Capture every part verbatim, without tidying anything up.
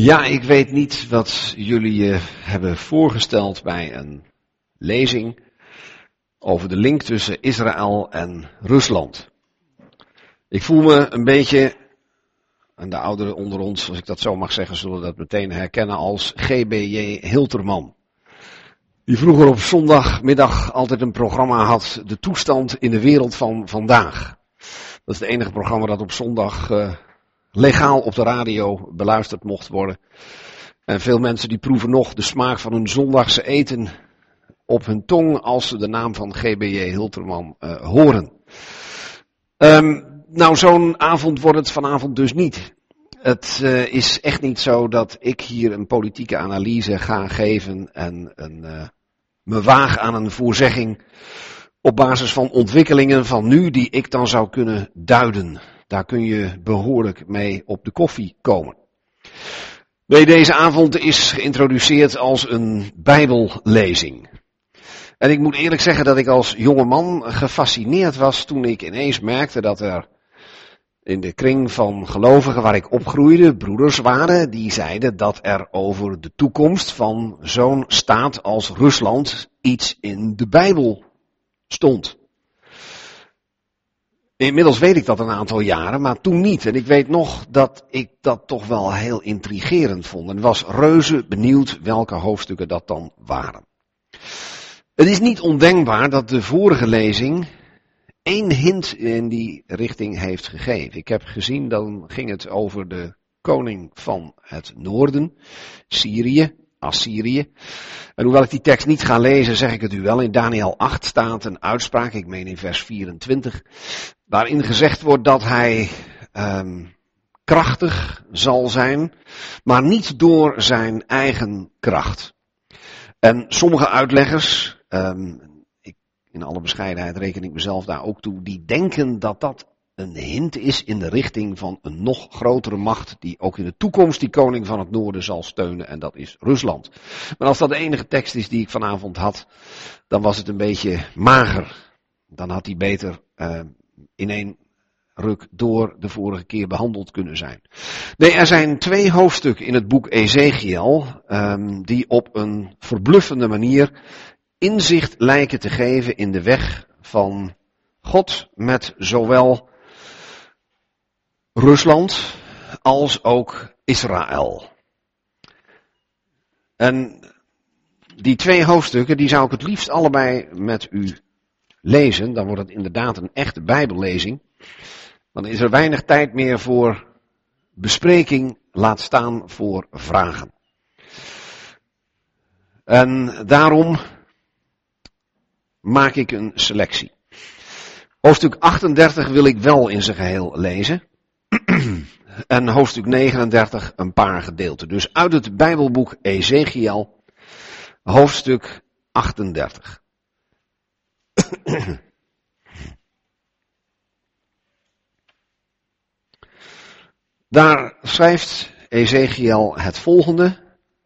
Ja, ik weet niet wat jullie je hebben voorgesteld bij een lezing over de link tussen Israël en Rusland. Ik voel me een beetje, en de ouderen onder ons, als ik dat zo mag zeggen, zullen dat meteen herkennen als G B J Hilterman. Die vroeger op zondagmiddag altijd een programma had, De Toestand in de Wereld van Vandaag. Dat is het enige programma dat op zondag uh, legaal op de radio beluisterd mocht worden. En veel mensen die proeven nog de smaak van hun zondagse eten op hun tong als ze de naam van G B J Hilterman uh, horen. Um, nou, zo'n avond wordt het vanavond dus niet. Het uh, is echt niet zo dat ik hier een politieke analyse ga geven en een, uh, me waag aan een voorzegging op basis van ontwikkelingen van nu die ik dan zou kunnen duiden. Daar kun je behoorlijk mee op de koffie komen. Nee, deze avond is geïntroduceerd als een bijbellezing. En ik moet eerlijk zeggen dat ik als jongeman gefascineerd was toen ik ineens merkte dat er in de kring van gelovigen waar ik opgroeide broeders waren die zeiden dat er over de toekomst van zo'n staat als Rusland iets in de Bijbel stond. Inmiddels weet ik dat een aantal jaren, maar toen niet. En ik weet nog dat ik dat toch wel heel intrigerend vond. En was reuze benieuwd welke hoofdstukken dat dan waren. Het is niet ondenkbaar dat de vorige lezing één hint in die richting heeft gegeven. Ik heb gezien, dan ging het over de koning van het noorden, Syrië, Assyrië. En hoewel ik die tekst niet ga lezen, zeg ik het u wel. In Daniël acht staat een uitspraak, ik meen in vers vierentwintig, waarin gezegd wordt dat hij um, krachtig zal zijn, maar niet door zijn eigen kracht. En sommige uitleggers, um, ik, in alle bescheidenheid reken ik mezelf daar ook toe, die denken dat dat een hint is in de richting van een nog grotere macht die ook in de toekomst die koning van het noorden zal steunen en dat is Rusland. Maar als dat de enige tekst is die ik vanavond had, dan was het een beetje mager. Dan had hij beter uh, in één ruk door de vorige keer behandeld kunnen zijn. Nee, er zijn twee hoofdstukken in het boek Ezechiel um, die op een verbluffende manier inzicht lijken te geven in de weg van God met zowel Rusland als ook Israël. En die twee hoofdstukken, die zou ik het liefst allebei met u lezen. Dan wordt het inderdaad een echte bijbellezing. Dan is er weinig tijd meer voor bespreking, laat staan voor vragen. En daarom maak ik een selectie. Hoofdstuk achtendertig wil ik wel in zijn geheel lezen. En hoofdstuk negenendertig een paar gedeelten. Dus uit het Bijbelboek Ezechiel, hoofdstuk achtendertig. Daar schrijft Ezechiel het volgende.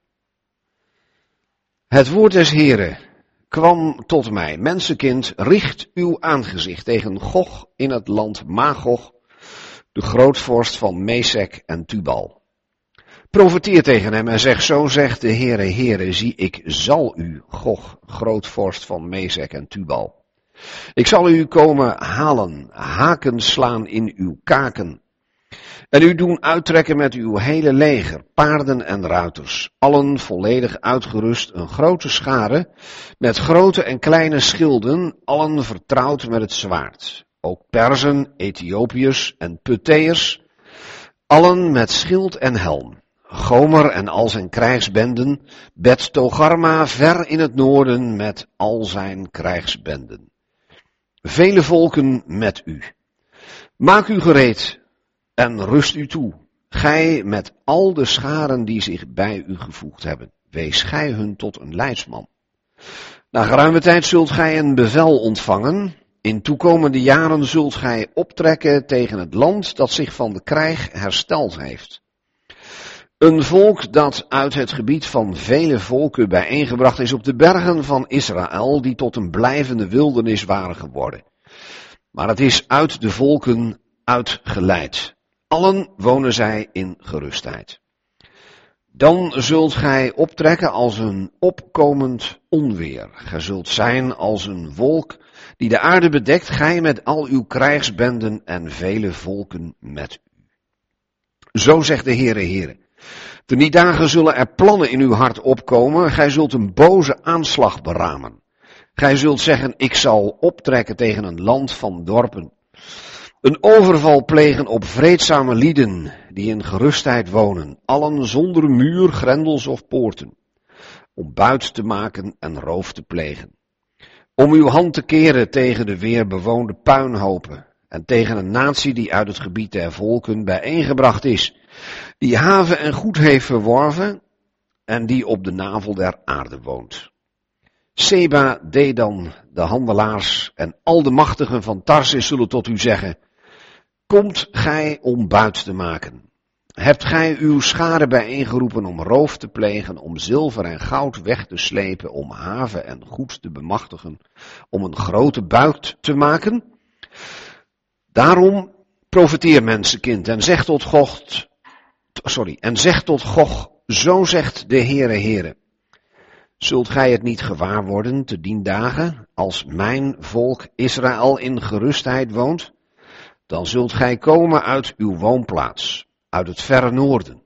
Het woord des Heren kwam tot mij. Mensenkind, richt uw aangezicht tegen Gog in het land Magog, de grootvorst van Mesek en Tubal. Profeteer tegen hem en zeg, zo zegt de Heere, Heere, zie ik zal u, Gog, grootvorst van Mesek en Tubal. Ik zal u komen halen, haken slaan in uw kaken. En u doen uittrekken met uw hele leger, paarden en ruiters, allen volledig uitgerust, een grote schare, met grote en kleine schilden, allen vertrouwd met het zwaard. Ook Perzen, Ethiopiërs en Putteërs, allen met schild en helm. Gomer en al zijn krijgsbenden, Bet Togarma ver in het noorden met al zijn krijgsbenden. Vele volken met u. Maak u gereed en rust u toe, gij met al de scharen die zich bij u gevoegd hebben. Wees gij hun tot een leidsman. Na geruime tijd zult gij een bevel ontvangen. In toekomende jaren zult gij optrekken tegen het land dat zich van de krijg hersteld heeft. Een volk dat uit het gebied van vele volken bijeengebracht is op de bergen van Israël, die tot een blijvende wildernis waren geworden. Maar het is uit de volken uitgeleid. Allen wonen zij in gerustheid. Dan zult gij optrekken als een opkomend onweer. Gij zult zijn als een wolk die de aarde bedekt, gij met al uw krijgsbenden en vele volken met u. Zo zegt de Heere, Heere. Te die dagen zullen er plannen in uw hart opkomen, gij zult een boze aanslag beramen. Gij zult zeggen, ik zal optrekken tegen een land van dorpen. Een overval plegen op vreedzame lieden die in gerustheid wonen, allen zonder muur, grendels of poorten, om buit te maken en roof te plegen. Om uw hand te keren tegen de weer bewoonde puinhopen en tegen een natie die uit het gebied der volken bijeengebracht is, die haven en goed heeft verworven en die op de navel der aarde woont. Seba, Dedan, de handelaars en al de machtigen van Tarsis zullen tot u zeggen, komt gij om buit te maken? Hebt gij uw schade bijeengeroepen om roof te plegen, om zilver en goud weg te slepen, om haven en goed te bemachtigen, om een grote buit te maken? Daarom profeteer mensenkind en zeg tot God, sorry, en zeg tot Gog, zo zegt de Heere, Heere. Zult gij het niet gewaar worden te dien dagen, als mijn volk Israël in gerustheid woont? Dan zult gij komen uit uw woonplaats, uit het verre noorden.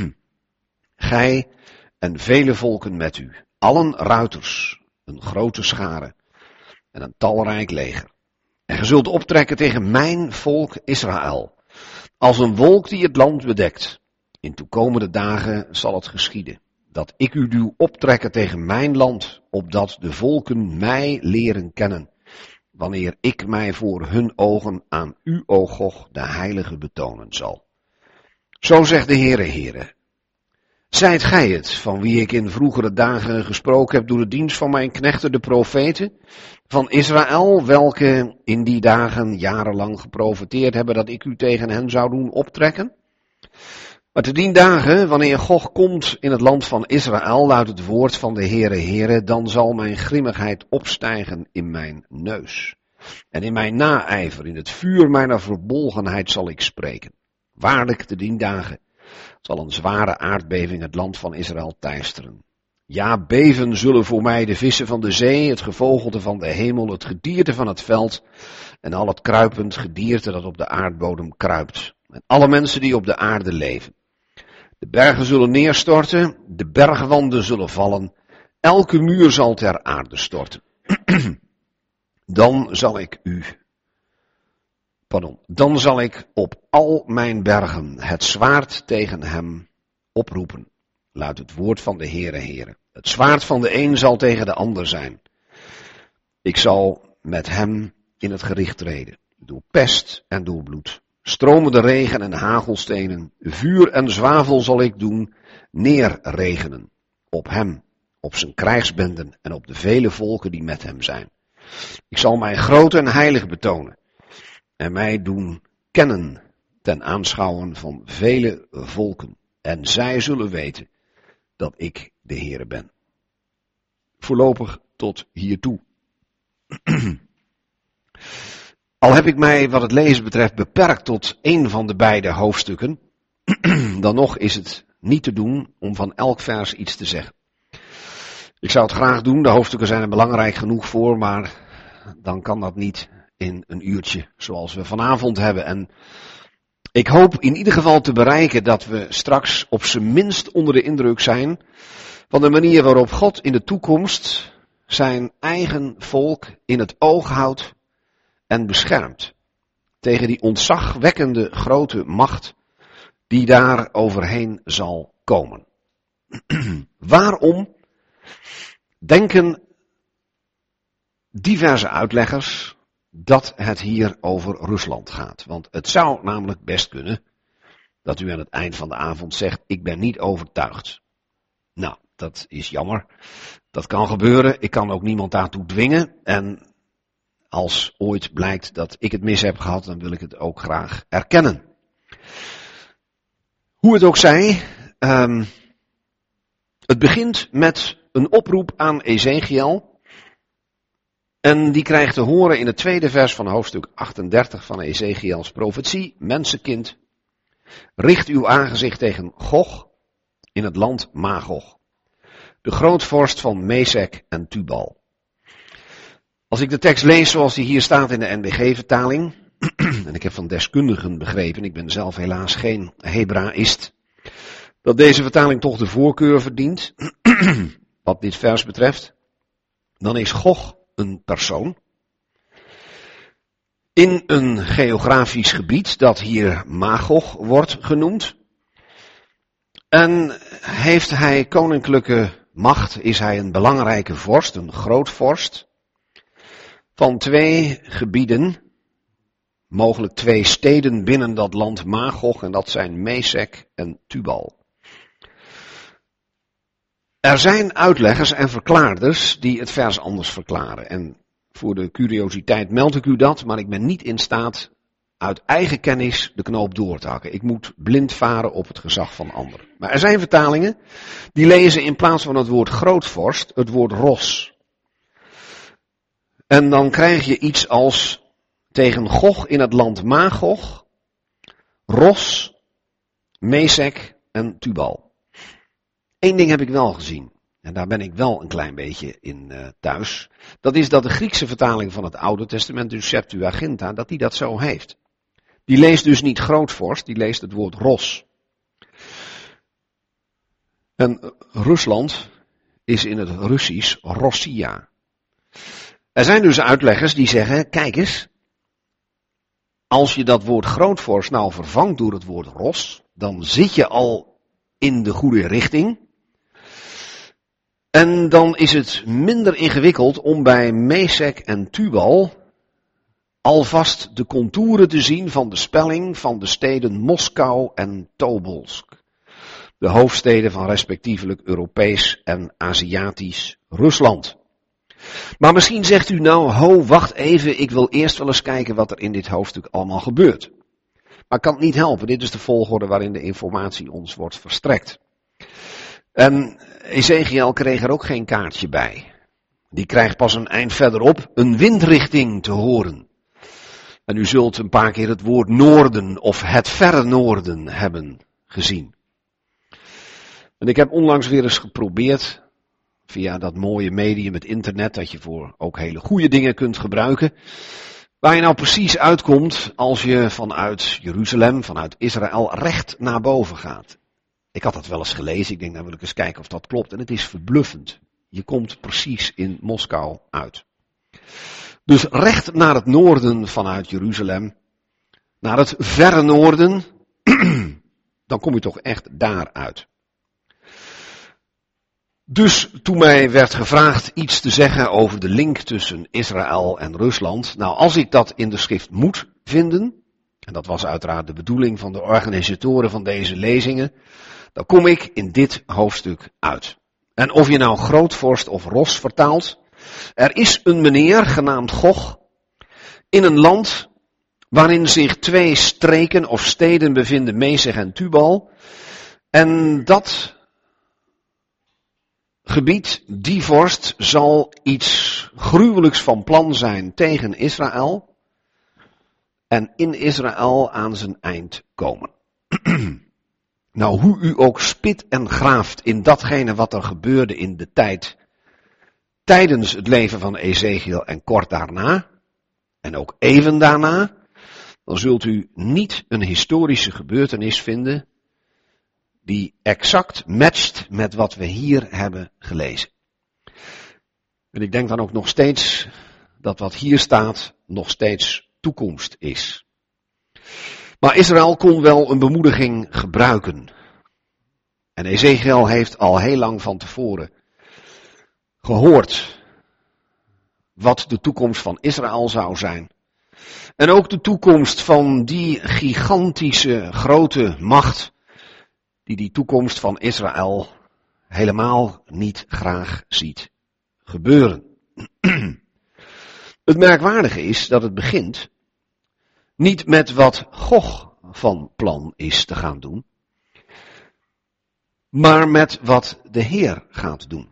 Gij en vele volken met u, allen ruiters, een grote schare en een talrijk leger. En gij zult optrekken tegen mijn volk Israël, als een wolk die het land bedekt. In toekomende dagen zal het geschieden, dat ik u doe optrekken tegen mijn land, opdat de volken mij leren kennen, wanneer ik mij voor hun ogen aan u, o Gog, de heilige betonen zal. Zo zegt de Heere, Heere. Zijt gij het, van wie ik in vroegere dagen gesproken heb door de dienst van mijn knechten de profeten, van Israël, welke in die dagen jarenlang geprofeteerd hebben dat ik u tegen hen zou doen optrekken? Maar te dien dagen, wanneer Gog komt in het land van Israël, luidt het woord van de Heere, Heere, dan zal mijn grimmigheid opstijgen in mijn neus. En in mijn naijver, in het vuur mijner verbolgenheid zal ik spreken. Waarlijk, te dien dagen zal een zware aardbeving het land van Israël teisteren. Ja, beven zullen voor mij de vissen van de zee, het gevogelte van de hemel, het gedierte van het veld en al het kruipend gedierte dat op de aardbodem kruipt. En alle mensen die op de aarde leven. De bergen zullen neerstorten, de bergwanden zullen vallen, elke muur zal ter aarde storten. Dan zal ik u, pardon, dan zal ik op al mijn bergen het zwaard tegen hem oproepen, luidt het woord van de Heere, Heere. Het zwaard van de een zal tegen de ander zijn. Ik zal met hem in het gericht treden, door pest en door bloed. Stromende regen en hagelstenen, vuur en zwavel zal ik doen neerregenen op hem, op zijn krijgsbenden en op de vele volken die met hem zijn. Ik zal mij groot en heilig betonen en mij doen kennen ten aanschouwen van vele volken. En zij zullen weten dat ik de Heere ben. Voorlopig tot hiertoe. Al heb ik mij wat het lezen betreft beperkt tot één van de beide hoofdstukken, dan nog is het niet te doen om van elk vers iets te zeggen. Ik zou het graag doen, de hoofdstukken zijn er belangrijk genoeg voor, maar dan kan dat niet in een uurtje zoals we vanavond hebben. En ik hoop in ieder geval te bereiken dat we straks op zijn minst onder de indruk zijn van de manier waarop God in de toekomst zijn eigen volk in het oog houdt en beschermt tegen die ontzagwekkende grote macht die daar overheen zal komen. Waarom denken diverse uitleggers dat het hier over Rusland gaat? Want het zou namelijk best kunnen dat u aan het eind van de avond zegt, ik ben niet overtuigd. Nou, dat is jammer. Dat kan gebeuren. Ik kan ook niemand daartoe dwingen. En als ooit blijkt dat ik het mis heb gehad, dan wil ik het ook graag erkennen. Hoe het ook zij, um, het begint met een oproep aan Ezechiel. En die krijgt te horen in het tweede vers van hoofdstuk achtendertig van Ezechiels profetie. Mensenkind, richt uw aangezicht tegen Gog, in het land Magog. De grootvorst van Mesek en Tubal. Als ik de tekst lees zoals die hier staat in de N B G-vertaling, en ik heb van deskundigen begrepen, ik ben zelf helaas geen Hebraïst, dat deze vertaling toch de voorkeur verdient, wat dit vers betreft, dan is Gog een persoon in een geografisch gebied dat hier Magog wordt genoemd. En heeft hij koninklijke macht, is hij een belangrijke vorst, een grootvorst, van twee gebieden, mogelijk twee steden binnen dat land Magog, en dat zijn Mesek en Tubal. Er zijn uitleggers en verklaarders die het vers anders verklaren. En voor de curiositeit meld ik u dat, maar ik ben niet in staat uit eigen kennis de knoop door te hakken. Ik moet blind varen op het gezag van anderen. Maar er zijn vertalingen die lezen in plaats van het woord grootvorst het woord ros. En dan krijg je iets als tegen Gog in het land Magog, Ros, Mesek en Tubal. Eén ding heb ik wel gezien, en daar ben ik wel een klein beetje in uh, thuis. Dat is dat de Griekse vertaling van het Oude Testament, dus Septuaginta, dat die dat zo heeft. Die leest dus niet grootvorst, die leest het woord Ros. En uh, Rusland is in het Russisch Rossia. Er zijn dus uitleggers die zeggen, kijk eens, als je dat woord grootvorst nou vervangt door het woord Ros, dan zit je al in de goede richting. En dan is het minder ingewikkeld om bij Mesek en Tubal alvast de contouren te zien van de spelling van de steden Moskou en Tobolsk. De hoofdsteden van respectievelijk Europees en Aziatisch Rusland. Maar misschien zegt u nou, ho, wacht even, ik wil eerst wel eens kijken wat er in dit hoofdstuk allemaal gebeurt. Maar ik kan het niet helpen, dit is de volgorde waarin de informatie ons wordt verstrekt. En Ezekiel kreeg er ook geen kaartje bij. Die krijgt pas een eind verderop een windrichting te horen. En u zult een paar keer het woord noorden of het verre noorden hebben gezien. En ik heb onlangs weer eens geprobeerd, via dat mooie medium, het internet, dat je voor ook hele goede dingen kunt gebruiken, waar je nou precies uitkomt als je vanuit Jeruzalem, vanuit Israël, recht naar boven gaat. Ik had dat wel eens gelezen, ik denk, nou wil ik eens kijken of dat klopt. En het is verbluffend. Je komt precies in Moskou uit. Dus recht naar het noorden vanuit Jeruzalem, naar het verre noorden, dan kom je toch echt daar uit. Dus toen mij werd gevraagd iets te zeggen over de link tussen Israël en Rusland, nou als ik dat in de schrift moet vinden, en dat was uiteraard de bedoeling van de organisatoren van deze lezingen, dan kom ik in dit hoofdstuk uit. En of je nou grootvorst of ros vertaalt, er is een meneer genaamd Gog in een land waarin zich twee streken of steden bevinden, Mesek en Tubal. En dat gebied, die vorst, zal iets gruwelijks van plan zijn tegen Israël en in Israël aan zijn eind komen. Nou, hoe u ook spit en graaft in datgene wat er gebeurde in de tijd, tijdens het leven van Ezekiel en kort daarna, en ook even daarna, dan zult u niet een historische gebeurtenis vinden die exact matcht met wat we hier hebben gelezen. En ik denk dan ook nog steeds dat wat hier staat nog steeds toekomst is. Maar Israël kon wel een bemoediging gebruiken. En Ezekiel heeft al heel lang van tevoren gehoord wat de toekomst van Israël zou zijn. En ook de toekomst van die gigantische grote macht die die toekomst van Israël helemaal niet graag ziet gebeuren. Het merkwaardige is dat het begint niet met wat Gog van plan is te gaan doen, maar met wat de Heer gaat doen.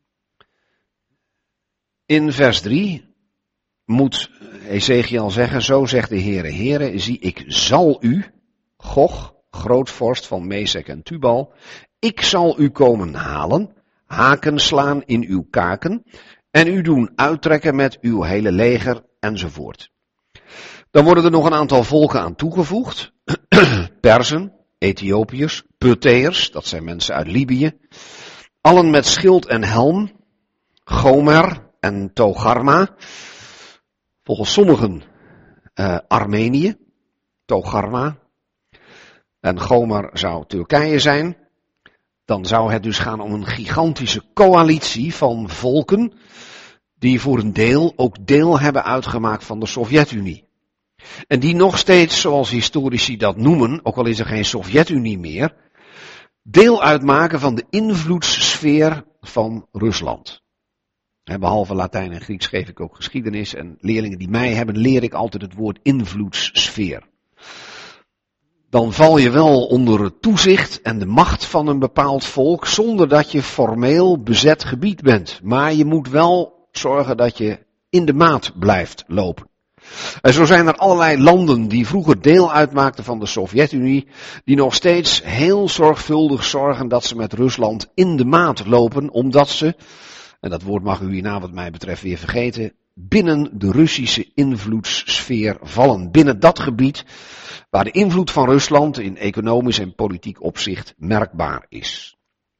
In vers drie moet Ezekiel zeggen, zo zegt de Heere, Heere, zie ik zal u, Gog, grootvorst van Mesek en Tubal, Ik zal u komen halen, haken slaan in uw kaken en u doen uittrekken met uw hele leger enzovoort. Dan worden er nog een aantal volken aan toegevoegd. Perzen, Ethiopiërs, Puteërs, dat zijn mensen uit Libië. Allen met schild en helm, Gomer en Togarma. Volgens sommigen uh, Armenië, Togarma. En Gomer zou Turkije zijn. Dan zou het dus gaan om een gigantische coalitie van volken die voor een deel ook deel hebben uitgemaakt van de Sovjet-Unie. En die nog steeds, zoals historici dat noemen, ook al is er geen Sovjet-Unie meer, deel uitmaken van de invloedssfeer van Rusland. En behalve Latijn en Grieks geef ik ook geschiedenis en leerlingen die mij hebben, leer ik altijd het woord invloedssfeer. Dan val je wel onder het toezicht en de macht van een bepaald volk, zonder dat je formeel bezet gebied bent. Maar je moet wel zorgen dat je in de maat blijft lopen. En zo zijn er allerlei landen die vroeger deel uitmaakten van de Sovjet-Unie, die nog steeds heel zorgvuldig zorgen dat ze met Rusland in de maat lopen, omdat ze, en dat woord mag u hierna wat mij betreft weer vergeten, binnen de Russische invloedssfeer vallen. Binnen dat gebied waar de invloed van Rusland in economisch en politiek opzicht merkbaar is.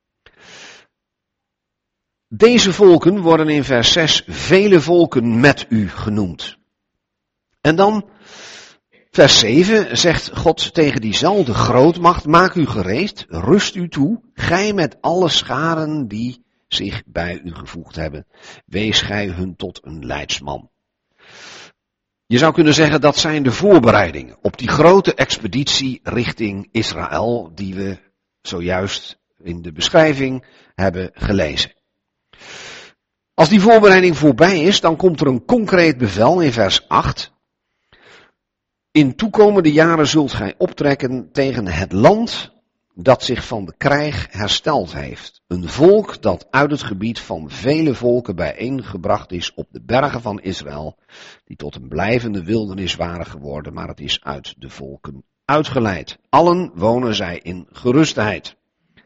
Deze volken worden in vers zes vele volken met u genoemd. En dan, vers zeven, zegt God tegen diezelfde grootmacht, maak u gereed, rust u toe, gij met alle scharen die zich bij u gevoegd hebben, wees gij hun tot een leidsman. Je zou kunnen zeggen dat zijn de voorbereidingen op die grote expeditie richting Israël die we zojuist in de beschrijving hebben gelezen. Als die voorbereiding voorbij is, dan komt er een concreet bevel in vers acht. In toekomende jaren zult gij optrekken tegen het land dat zich van de krijg hersteld heeft. Een volk dat uit het gebied van vele volken bijeengebracht is op de bergen van Israël, die tot een blijvende wildernis waren geworden, maar het is uit de volken uitgeleid. Allen wonen zij in gerustheid.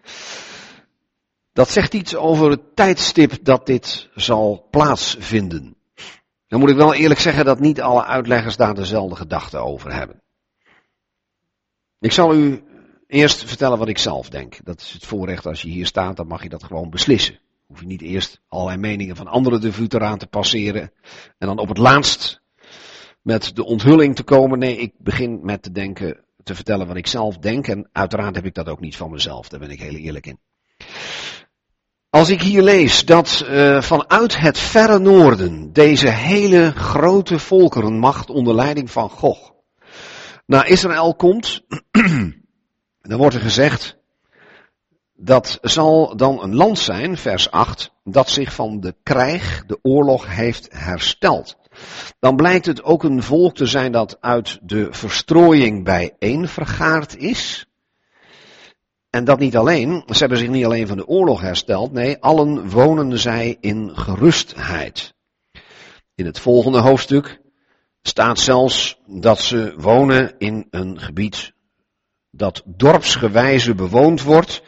Dat zegt iets over het tijdstip dat dit zal plaatsvinden. Dan moet ik wel eerlijk zeggen dat niet alle uitleggers daar dezelfde gedachten over hebben. Ik zal u eerst vertellen wat ik zelf denk. Dat is het voorrecht als je hier staat, dan mag je dat gewoon beslissen. Hoef je niet eerst allerlei meningen van anderen de vuur aan te passeren. En dan op het laatst met de onthulling te komen. Nee, ik begin met te denken, te vertellen wat ik zelf denk. En uiteraard heb ik dat ook niet van mezelf, daar ben ik heel eerlijk in. Als ik hier lees dat uh, vanuit het verre noorden deze hele grote volkerenmacht onder leiding van Gog naar Israël komt, dan wordt er gezegd, dat zal dan een land zijn, vers acht, dat zich van de krijg, de oorlog heeft hersteld. Dan blijkt het ook een volk te zijn dat uit de verstrooiing bijeen vergaard is. En dat niet alleen, ze hebben zich niet alleen van de oorlog hersteld, nee, allen wonen zij in gerustheid. In het volgende hoofdstuk staat zelfs dat ze wonen in een gebied dat dorpsgewijze bewoond wordt,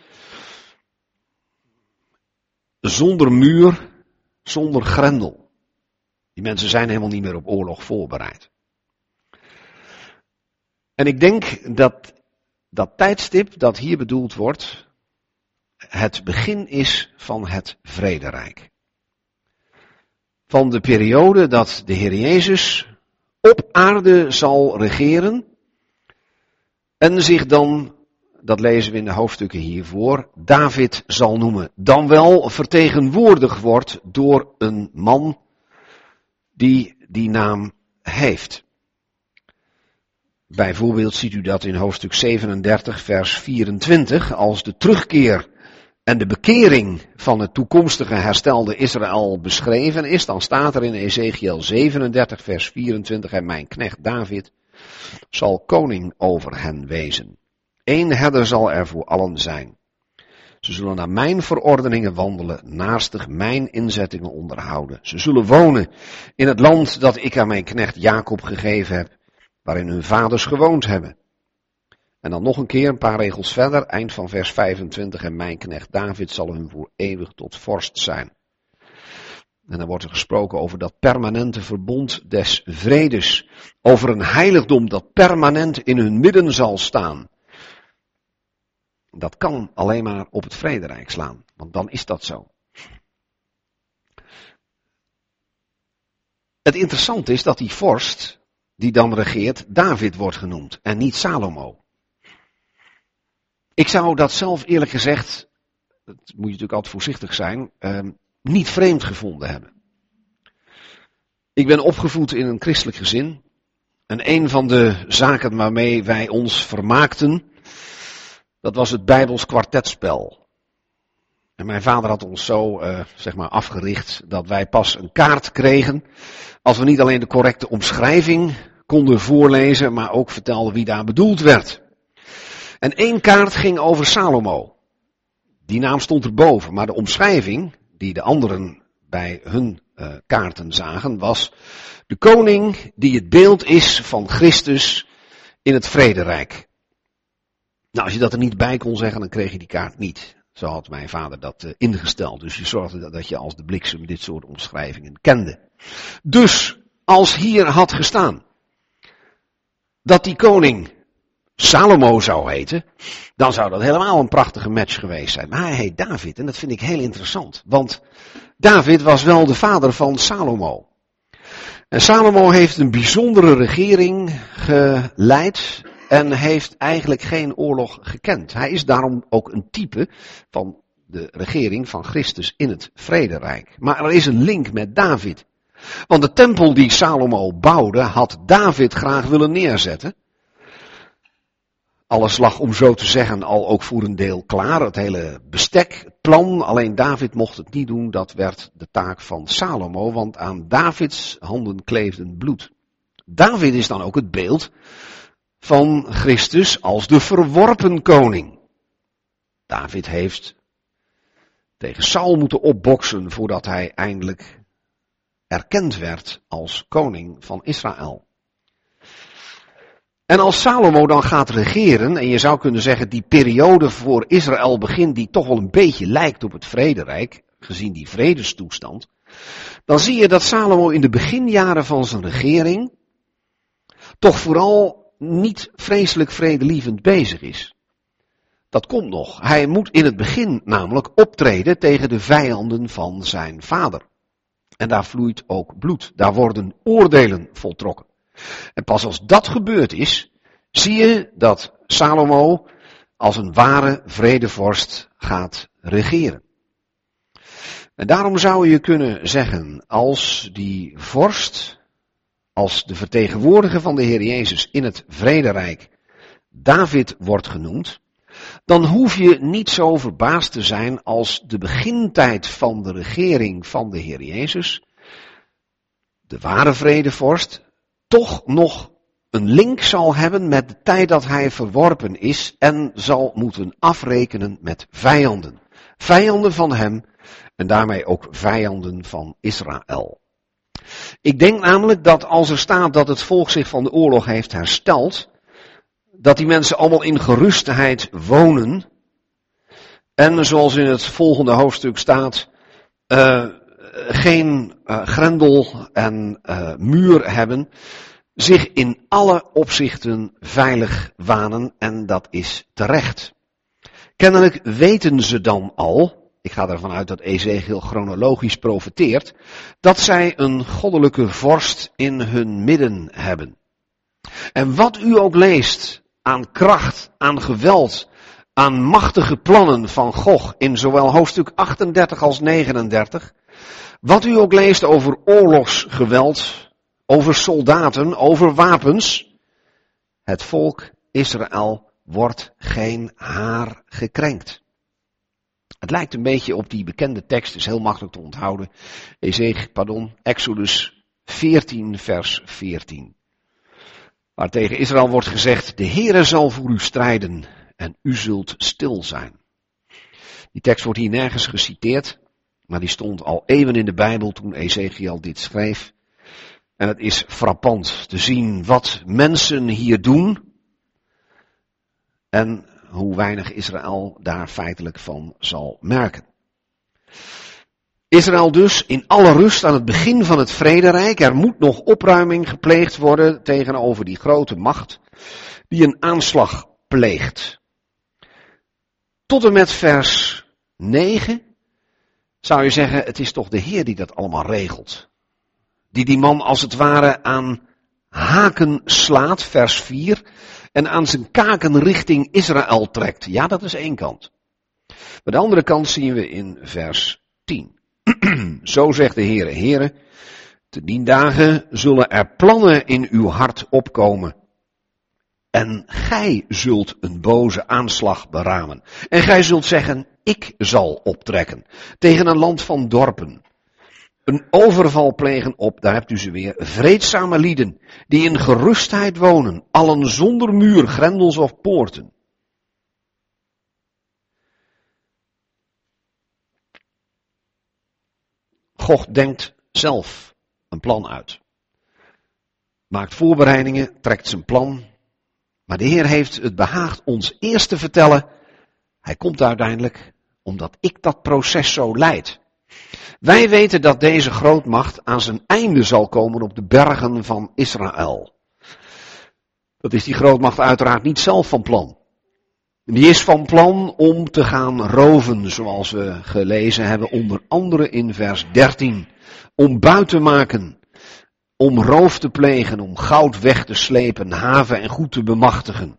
zonder muur, zonder grendel. Die mensen zijn helemaal niet meer op oorlog voorbereid. En ik denk dat dat tijdstip dat hier bedoeld wordt, het begin is van het vrederijk. Van de periode dat de Heer Jezus op aarde zal regeren en zich dan, dat lezen we in de hoofdstukken hiervoor, David zal noemen. Dan wel vertegenwoordigd wordt door een man die die naam heeft. Bijvoorbeeld ziet u dat in hoofdstuk zevenendertig vers vierentwintig, als de terugkeer en de bekering van het toekomstige herstelde Israël beschreven is, dan staat er in Ezekiel zevenendertig vers vierentwintig, en mijn knecht David zal koning over hen wezen. Eén herder zal er voor allen zijn. Ze zullen naar mijn verordeningen wandelen, naastig mijn inzettingen onderhouden. Ze zullen wonen in het land dat ik aan mijn knecht Jacob gegeven heb, waarin hun vaders gewoond hebben. En dan nog een keer, een paar regels verder, eind van vers vijfentwintig. En mijn knecht David zal hun voor eeuwig tot vorst zijn. En dan wordt er gesproken over dat permanente verbond des vredes. Over een heiligdom dat permanent in hun midden zal staan. Dat kan alleen maar op het vrederijk slaan, want dan is dat zo. Het interessante is dat die vorst, die dan regeert, David wordt genoemd en niet Salomo. Ik zou dat zelf eerlijk gezegd, dat moet je natuurlijk altijd voorzichtig zijn, eh, niet vreemd gevonden hebben. Ik ben opgevoed in een christelijk gezin. En een van de zaken waarmee wij ons vermaakten, dat was het Bijbels kwartetspel. En mijn vader had ons zo, uh, zeg maar, afgericht dat wij pas een kaart kregen als we niet alleen de correcte omschrijving konden voorlezen, maar ook vertelden wie daar bedoeld werd. En één kaart ging over Salomo. Die naam stond erboven, maar de omschrijving die de anderen bij hun uh, kaarten zagen was de koning die het beeld is van Christus in het vrederijk. Nou, als je dat er niet bij kon zeggen, dan kreeg je die kaart niet. Zo had mijn vader dat uh, ingesteld. Dus je zorgde dat, dat je als de bliksem dit soort omschrijvingen kende. Dus, als hier had gestaan dat die koning Salomo zou heten, dan zou dat helemaal een prachtige match geweest zijn. Maar hij heet David en dat vind ik heel interessant. Want David was wel de vader van Salomo. En Salomo heeft een bijzondere regering geleid en heeft eigenlijk geen oorlog gekend. Hij is daarom ook een type van de regering van Christus in het vrederijk. Maar er is een link met David. Want de tempel die Salomo bouwde, had David graag willen neerzetten. Alles lag, om zo te zeggen, al ook voor een deel klaar. Het hele bestek, het plan, alleen David mocht het niet doen. Dat werd de taak van Salomo, want aan Davids handen kleefde bloed. David is dan ook het beeld van Christus als de verworpen koning. David heeft tegen Saul moeten opboksen voordat hij eindelijk erkend werd als koning van Israël. En als Salomo dan gaat regeren, en je zou kunnen zeggen die periode voor Israël begint die toch wel een beetje lijkt op het vrederijk, gezien die vredestoestand, dan zie je dat Salomo in de beginjaren van zijn regering toch vooral niet vreselijk vredelievend bezig is. Dat komt nog. Hij moet in het begin namelijk optreden tegen de vijanden van zijn vader. En daar vloeit ook bloed. Daar worden oordelen voltrokken. En pas als dat gebeurd is, zie je dat Salomo als een ware vredevorst gaat regeren. En daarom zou je kunnen zeggen, als die vorst, als de vertegenwoordiger van de Heer Jezus in het vrederijk David wordt genoemd, dan hoef je niet zo verbaasd te zijn als de begintijd van de regering van de Heer Jezus, de ware vredevorst, toch nog een link zal hebben met de tijd dat hij verworpen is en zal moeten afrekenen met vijanden. Vijanden van hem en daarmee ook vijanden van Israël. Ik denk namelijk dat als er staat dat het volk zich van de oorlog heeft hersteld, dat die mensen allemaal in gerustheid wonen en zoals in het volgende hoofdstuk staat, uh, geen uh, grendel en uh, muur hebben, zich in alle opzichten veilig wanen en dat is terecht. Kennelijk weten ze dan al, ik ga ervan uit dat Ezechiel chronologisch profeteert, dat zij een goddelijke vorst in hun midden hebben. En wat u ook leest aan kracht, aan geweld, aan machtige plannen van Gog in zowel hoofdstuk achtendertig als negenendertig, wat u ook leest over oorlogsgeweld, over soldaten, over wapens, het volk Israël wordt geen haar gekrenkt. Het lijkt een beetje op die bekende tekst, is heel makkelijk te onthouden. Ezechiel, pardon, Exodus veertien vers veertien. Waar tegen Israël wordt gezegd, de Heere zal voor u strijden en u zult stil zijn. Die tekst wordt hier nergens geciteerd, maar die stond al eeuwen in de Bijbel toen Ezechiel dit schreef. En het is frappant te zien wat mensen hier doen. en hoe weinig Israël daar feitelijk van zal merken. Israël dus in alle rust aan het begin van het vrederijk. Er moet nog opruiming gepleegd worden tegenover die grote macht die een aanslag pleegt. Tot en met vers negen zou je zeggen, het is toch de Heer die dat allemaal regelt. Die die man als het ware aan haken slaat, vers vier, en aan zijn kaken richting Israël trekt. Ja, dat is één kant. Maar de andere kant zien we in vers tien. Zo zegt de Heere, Heere, te dien dagen zullen er plannen in uw hart opkomen. En gij zult een boze aanslag beramen. En gij zult zeggen, ik zal optrekken tegen een land van dorpen. Een overval plegen op, daar hebt u ze weer, vreedzame lieden, die in gerustheid wonen, allen zonder muur, grendels of poorten. God denkt zelf een plan uit. Maakt voorbereidingen, trekt zijn plan. Maar de Heer heeft het behaagd ons eerst te vertellen, hij komt uiteindelijk omdat ik dat proces zo leid. Wij weten dat deze grootmacht aan zijn einde zal komen op de bergen van Israël. Dat is die grootmacht uiteraard niet zelf van plan. Die is van plan om te gaan roven, zoals we gelezen hebben, onder andere in vers dertien. Om buit te maken, om roof te plegen, om goud weg te slepen, haven en goed te bemachtigen.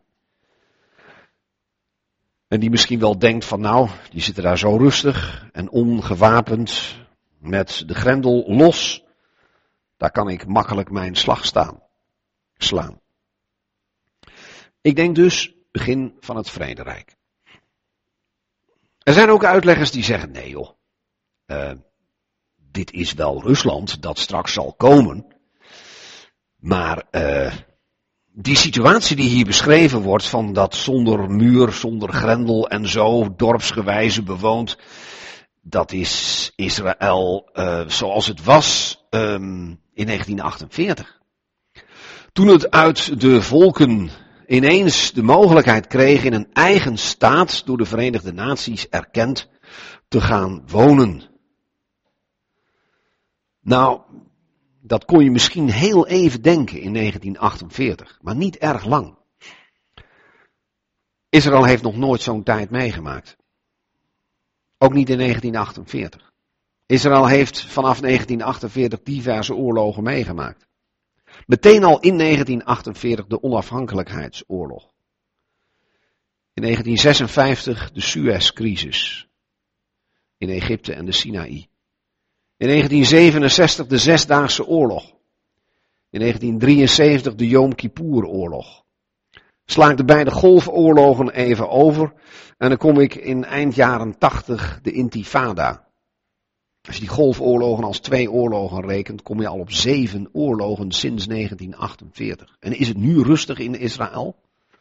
En die misschien wel denkt van nou, die zitten daar zo rustig en ongewapend met de grendel los. Daar kan ik makkelijk mijn slag staan, slaan. Ik denk dus begin van het vrederijk. Er zijn ook uitleggers die zeggen nee joh, uh, dit is wel Rusland dat straks zal komen. Maar uh, die situatie die hier beschreven wordt van dat zonder muur, zonder grendel en zo dorpsgewijze bewoond, dat is Israël uh, zoals het was um, in negentien achtenveertig. Toen het uit de volken ineens de mogelijkheid kreeg in een eigen staat door de Verenigde Naties erkend te gaan wonen. Nou, dat kon je misschien heel even denken in negentien achtenveertig, maar niet erg lang. Israël heeft nog nooit zo'n tijd meegemaakt. Ook niet in negentien achtenveertig. Israël heeft vanaf negentien achtenveertig diverse oorlogen meegemaakt. Meteen al in negentien achtenveertig de onafhankelijkheidsoorlog. In negentien zesenvijftig de Suezcrisis in Egypte en de Sinaï. In negentien zevenenzestig de Zesdaagse Oorlog. In negentien drieënzeventig de Yom Kippur-oorlog. Sla ik de beide golfoorlogen even over en dan kom ik in eind jaren tachtig de Intifada. Als je die golfoorlogen als twee oorlogen rekent, kom je al op zeven oorlogen sinds negentien achtenveertig. En is het nu rustig in Israël?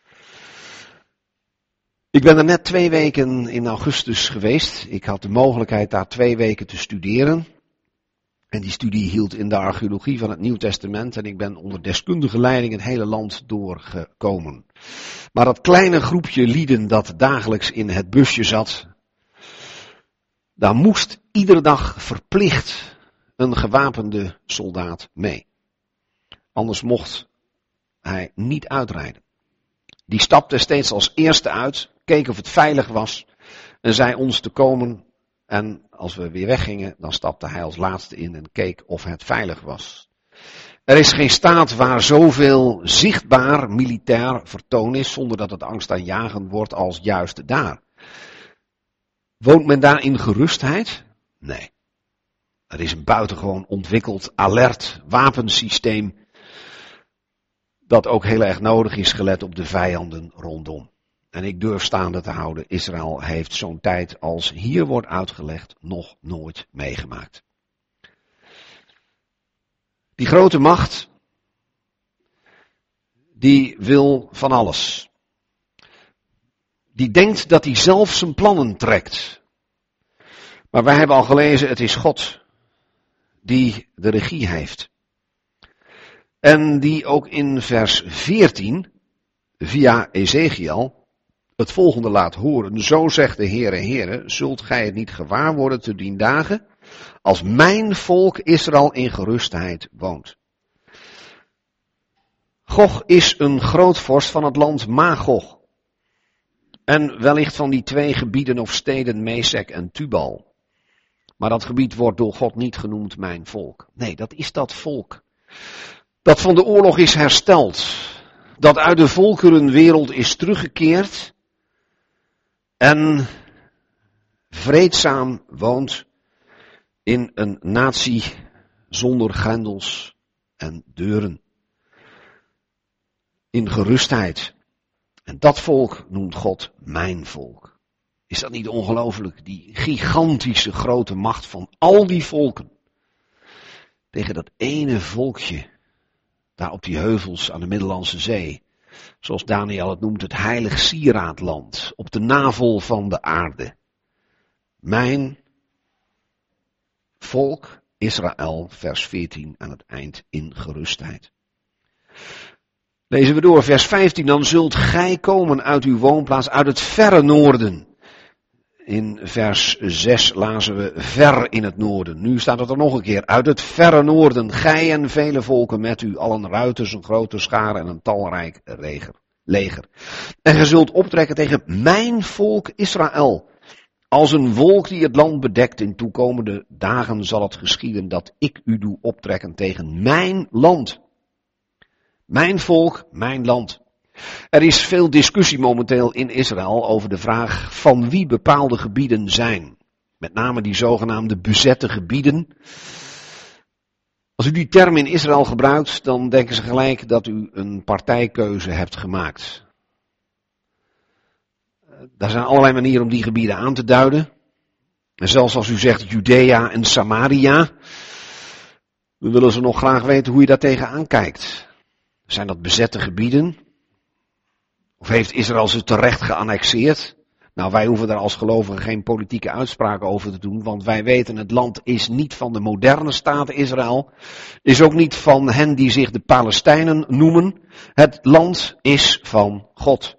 Ik ben er net twee weken in augustus geweest. Ik had de mogelijkheid daar twee weken te studeren. En die studie hield in de archeologie van het Nieuw Testament. En ik ben onder deskundige leiding het hele land doorgekomen. Maar dat kleine groepje lieden dat dagelijks in het busje zat, daar moest iedere dag verplicht een gewapende soldaat mee. Anders mocht hij niet uitrijden. Die stapte steeds als eerste uit, keek of het veilig was en zei ons te komen. En als we weer weggingen, dan stapte hij als laatste in en keek of het veilig was. Er is geen staat waar zoveel zichtbaar militair vertoon is, zonder dat het angstaanjagend wordt als juist daar. Woont men daar in gerustheid? Nee. Er is een buitengewoon ontwikkeld, alert wapensysteem, dat ook heel erg nodig is gelet op de vijanden rondom. En ik durf staande te houden, Israël heeft zo'n tijd als hier wordt uitgelegd nog nooit meegemaakt. Die grote macht, die wil van alles. Die denkt dat hij zelf zijn plannen trekt. Maar wij hebben al gelezen, het is God die de regie heeft. En die ook in vers veertien, via Ezekiel, het volgende laat horen. Zo zegt de Heere, Heere, zult gij het niet gewaar worden te dien dagen, als mijn volk Israël in gerustheid woont. Gog is een grootvorst van het land Magog. En wellicht van die twee gebieden of steden Mesek en Tubal. Maar dat gebied wordt door God niet genoemd mijn volk. Nee, dat is dat volk. Dat van de oorlog is hersteld. Dat uit de volkerenwereld is teruggekeerd. En vreedzaam woont in een natie zonder grendels en deuren. In gerustheid. En dat volk noemt God mijn volk. Is dat niet ongelooflijk? Die gigantische grote macht van al die volken. Tegen dat ene volkje. Daar op die heuvels aan de Middellandse Zee. Zoals Daniel het noemt, het heilig sieraadland. Op de navel van de aarde. Mijn volk Israël, vers veertien aan het eind in gerustheid. Lezen we door, vers vijftien. Dan zult gij komen uit uw woonplaats, uit het verre noorden. In vers zes lazen we ver in het noorden. Nu staat het er nog een keer. Uit het verre noorden, gij en vele volken met u, allen ruiters, een grote schare en een talrijk leger. En gij zult optrekken tegen mijn volk Israël. Als een wolk die het land bedekt, in toekomende dagen zal het geschieden dat ik u doe optrekken tegen mijn land. Mijn volk, mijn land. Er is veel discussie momenteel in Israël over de vraag van wie bepaalde gebieden zijn. Met name die zogenaamde bezette gebieden. Als u die term in Israël gebruikt, dan denken ze gelijk dat u een partijkeuze hebt gemaakt. Daar zijn allerlei manieren om die gebieden aan te duiden. En zelfs als u zegt Judea en Samaria, dan willen ze nog graag weten hoe je daar tegenaan kijkt. Zijn dat bezette gebieden? Of heeft Israël ze terecht geannexeerd? Nou, wij hoeven daar als gelovigen geen politieke uitspraken over te doen, want wij weten het land is niet van de moderne staat Israël, is ook niet van hen die zich de Palestijnen noemen. Het land is van God.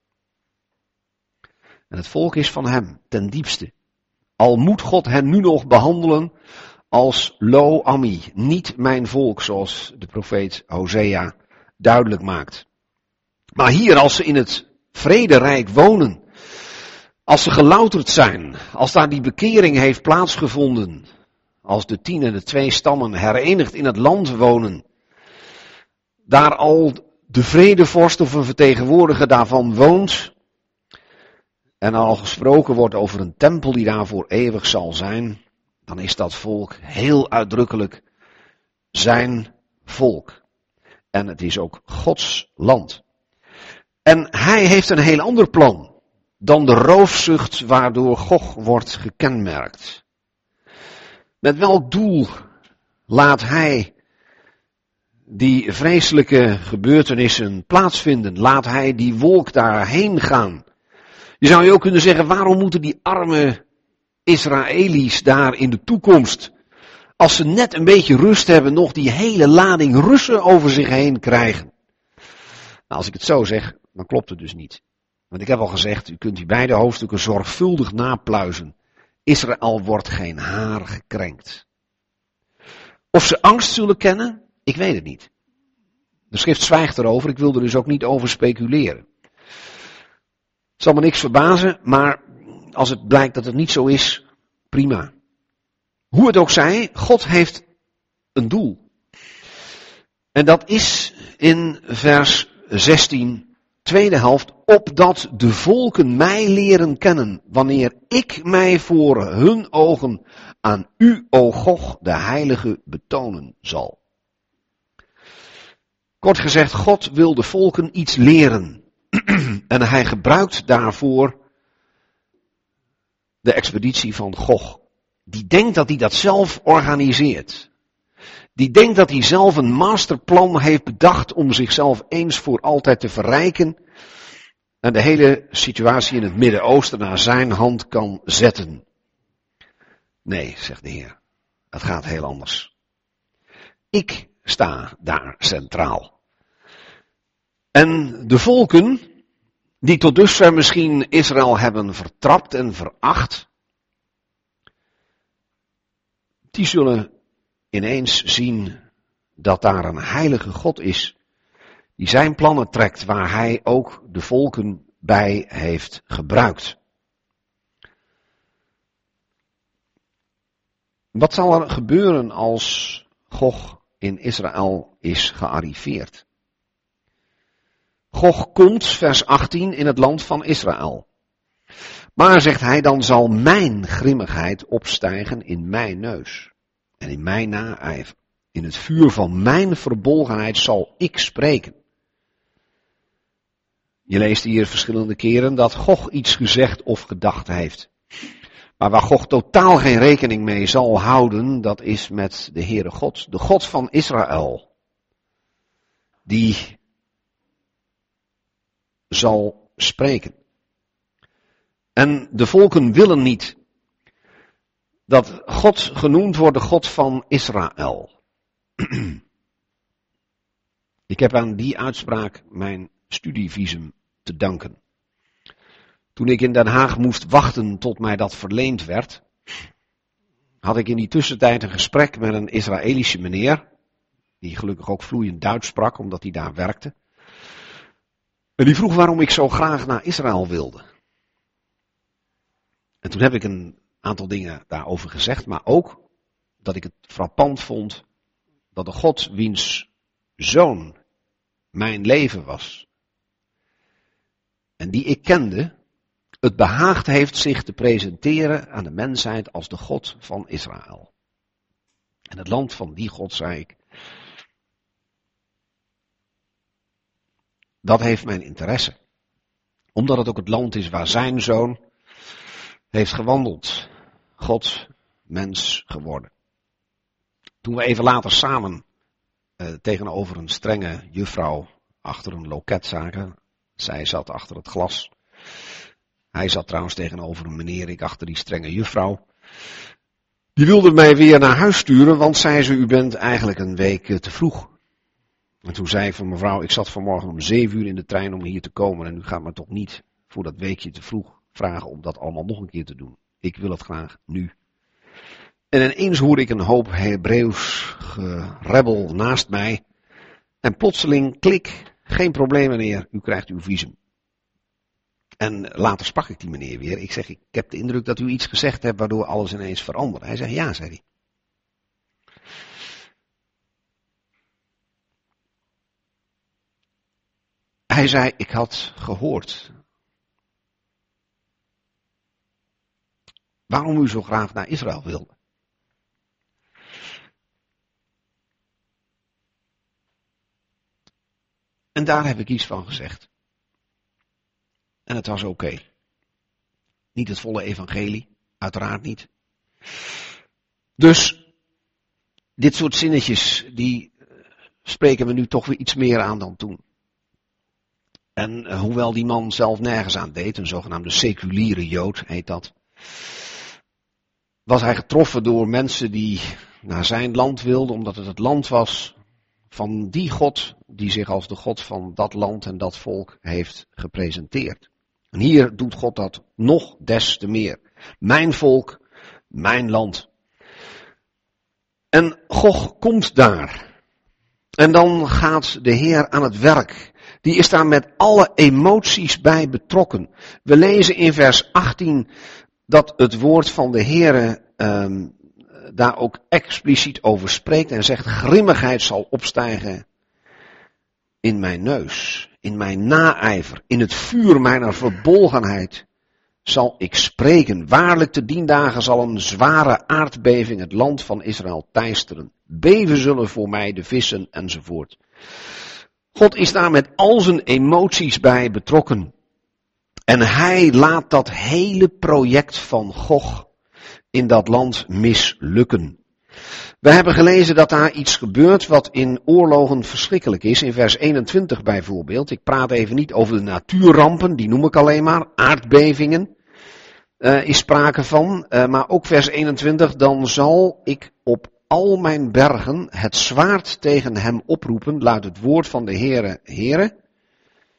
En het volk is van hem, ten diepste. Al moet God hen nu nog behandelen als Lo Ami, niet mijn volk, zoals de profeet Hosea duidelijk maakt. Maar hier, als ze in het vrederijk wonen, als ze gelouterd zijn, als daar die bekering heeft plaatsgevonden, als de tien en de twee stammen herenigd in het land wonen, daar al de vredevorst of een vertegenwoordiger daarvan woont, en al gesproken wordt over een tempel die daar voor eeuwig zal zijn, dan is dat volk heel uitdrukkelijk zijn volk. En het is ook Gods land. En hij heeft een heel ander plan dan de roofzucht waardoor Gog wordt gekenmerkt. Met welk doel laat hij die vreselijke gebeurtenissen plaatsvinden? Laat hij die wolk daarheen gaan? Je zou je ook kunnen zeggen, waarom moeten die arme Israëli's daar in de toekomst, als ze net een beetje rust hebben, nog die hele lading Russen over zich heen krijgen? Nou, als ik het zo zeg, dan klopt het dus niet. Want ik heb al gezegd, u kunt die beide hoofdstukken zorgvuldig napluizen. Israël wordt geen haar gekrenkt. Of ze angst zullen kennen, ik weet het niet. De schrift zwijgt erover, ik wil er dus ook niet over speculeren. Het zal me niks verbazen, maar als het blijkt dat het niet zo is, prima. Hoe het ook zij, God heeft een doel. En dat is in vers zestien, tweede helft, opdat de volken mij leren kennen, wanneer ik mij voor hun ogen aan u, o Gog, de heilige, betonen zal. Kort gezegd, God wil de volken iets leren. En hij gebruikt daarvoor de expeditie van Gog. Die denkt dat hij dat zelf organiseert. Die denkt dat hij zelf een masterplan heeft bedacht om zichzelf eens voor altijd te verrijken. En de hele situatie in het Midden-Oosten naar zijn hand kan zetten. Nee, zegt de Heer. Het gaat heel anders. Ik sta daar centraal. En de volken, die tot dusver misschien Israël hebben vertrapt en veracht, die zullen ineens zien dat daar een heilige God is, die zijn plannen trekt, waar hij ook de volken bij heeft gebruikt. Wat zal er gebeuren als Gog in Israël is gearriveerd? Gog komt, vers achttien, in het land van Israël. Maar, zegt hij, dan zal mijn grimmigheid opstijgen in mijn neus en in mijn naijver. In het vuur van mijn verbolgenheid zal ik spreken. Je leest hier verschillende keren dat Gog iets gezegd of gedacht heeft. Maar waar Gog totaal geen rekening mee zal houden, dat is met de Heere God, de God van Israël. Die zal spreken. En de volken willen niet dat God genoemd wordt de God van Israël. Ik heb aan die uitspraak mijn studievisum te danken. Toen ik in Den Haag moest wachten tot mij dat verleend werd, had ik in die tussentijd een gesprek met een Israëlische meneer, die gelukkig ook vloeiend Duits sprak, omdat hij daar werkte. En die vroeg waarom ik zo graag naar Israël wilde. En toen heb ik een aantal dingen daarover gezegd, maar ook dat ik het frappant vond dat de God wiens zoon mijn leven was, en die ik kende, het behaagd heeft zich te presenteren aan de mensheid als de God van Israël. En het land van die God, zei ik, dat heeft mijn interesse. Omdat het ook het land is waar zijn zoon heeft gewandeld. God, mens geworden. Toen we even later samen eh, tegenover een strenge juffrouw achter een loket zagen. Zij zat achter het glas. Hij zat trouwens tegenover een meneer, ik achter die strenge juffrouw. Die wilde mij weer naar huis sturen, want zei ze, u bent eigenlijk een week te vroeg. En toen zei ik van mevrouw, ik zat vanmorgen om zeven uur in de trein om hier te komen en u gaat me toch niet voor dat weekje te vroeg vragen om dat allemaal nog een keer te doen. Ik wil het graag nu. En ineens hoorde ik een hoop Hebreeuws gerebbel naast mij. En plotseling, klik, geen probleem meneer, u krijgt uw visum. En later sprak ik die meneer weer. Ik zeg, ik heb de indruk dat u iets gezegd hebt waardoor alles ineens veranderde. Hij zei, ja, zei hij. Hij zei, ik had gehoord waarom u zo graag naar Israël wilde. En daar heb ik iets van gezegd. En het was oké. Okay. Niet het volle evangelie, uiteraard niet. Dus dit soort zinnetjes, die spreken me nu toch weer iets meer aan dan toen. En uh, hoewel die man zelf nergens aan deed, een zogenaamde seculiere Jood heet dat, was hij getroffen door mensen die naar zijn land wilden, omdat het het land was van die God die zich als de God van dat land en dat volk heeft gepresenteerd. En hier doet God dat nog des te meer. Mijn volk, mijn land. En Gog komt daar. En dan gaat de Heer aan het werk. Die is daar met alle emoties bij betrokken. We lezen in vers achttien dat het woord van de Heer um, daar ook expliciet over spreekt en zegt, grimmigheid zal opstijgen in mijn neus, in mijn naijver, in het vuur mijner verbolgenheid zal ik spreken. Waarlijk te dien dagen zal een zware aardbeving het land van Israël teisteren. Beven zullen voor mij de vissen enzovoort. God is daar met al zijn emoties bij betrokken. En hij laat dat hele project van Gog in dat land mislukken. We hebben gelezen dat daar iets gebeurt wat in oorlogen verschrikkelijk is. In vers eenentwintig bijvoorbeeld. Ik praat even niet over de natuurrampen, die noem ik alleen maar. Aardbevingen uh, is sprake van. Uh, maar ook vers eenentwintig. Dan zal ik op al mijn bergen het zwaard tegen hem oproepen, luidt het woord van de Heere, Heere.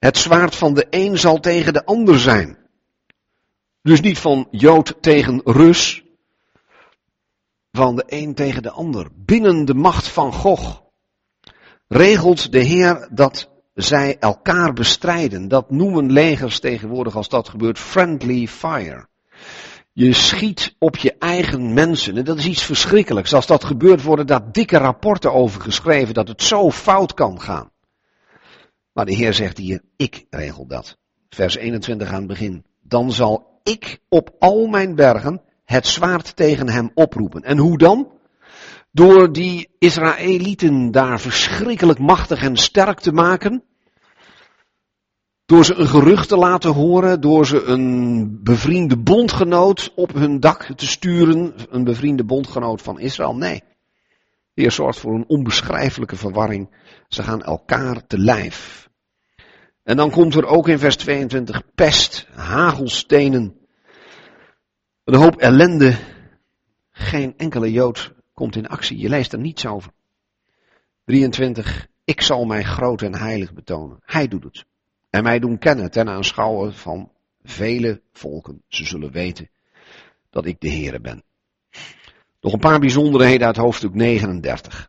Het zwaard van de een zal tegen de ander zijn. Dus niet van Jood tegen Rus, van de een tegen de ander. Binnen de macht van Gog regelt de Heer dat zij elkaar bestrijden. Dat noemen legers tegenwoordig, als dat gebeurt, friendly fire. Je schiet op je eigen mensen. En dat is iets verschrikkelijks. Als dat gebeurt, worden daar dikke rapporten over geschreven dat het zo fout kan gaan. Maar de Heer zegt hier, ik regel dat. Vers eenentwintig aan het begin. Dan zal ik op al mijn bergen het zwaard tegen hem oproepen. En hoe dan? Door die Israëlieten daar verschrikkelijk machtig en sterk te maken. Door ze een gerucht te laten horen, door ze een bevriende bondgenoot op hun dak te sturen. Een bevriende bondgenoot van Israël. Nee. De Heer zorgt voor een onbeschrijfelijke verwarring. Ze gaan elkaar te lijf. En dan komt er ook in vers tweeëntwintig pest, hagelstenen, een hoop ellende. Geen enkele Jood komt in actie. Je leest er niets over. drieëntwintig. Ik zal mij groot en heilig betonen. Hij doet het. En mij doen kennen ten aanschouwen van vele volken. Ze zullen weten dat ik de Heere ben. Nog een paar bijzonderheden uit hoofdstuk negenendertig.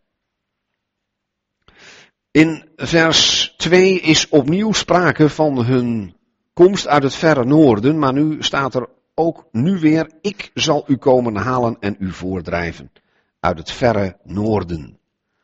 In vers twee is opnieuw sprake van hun komst uit het verre noorden, maar nu staat er ook nu weer, ik zal u komen halen en u voordrijven uit het verre noorden.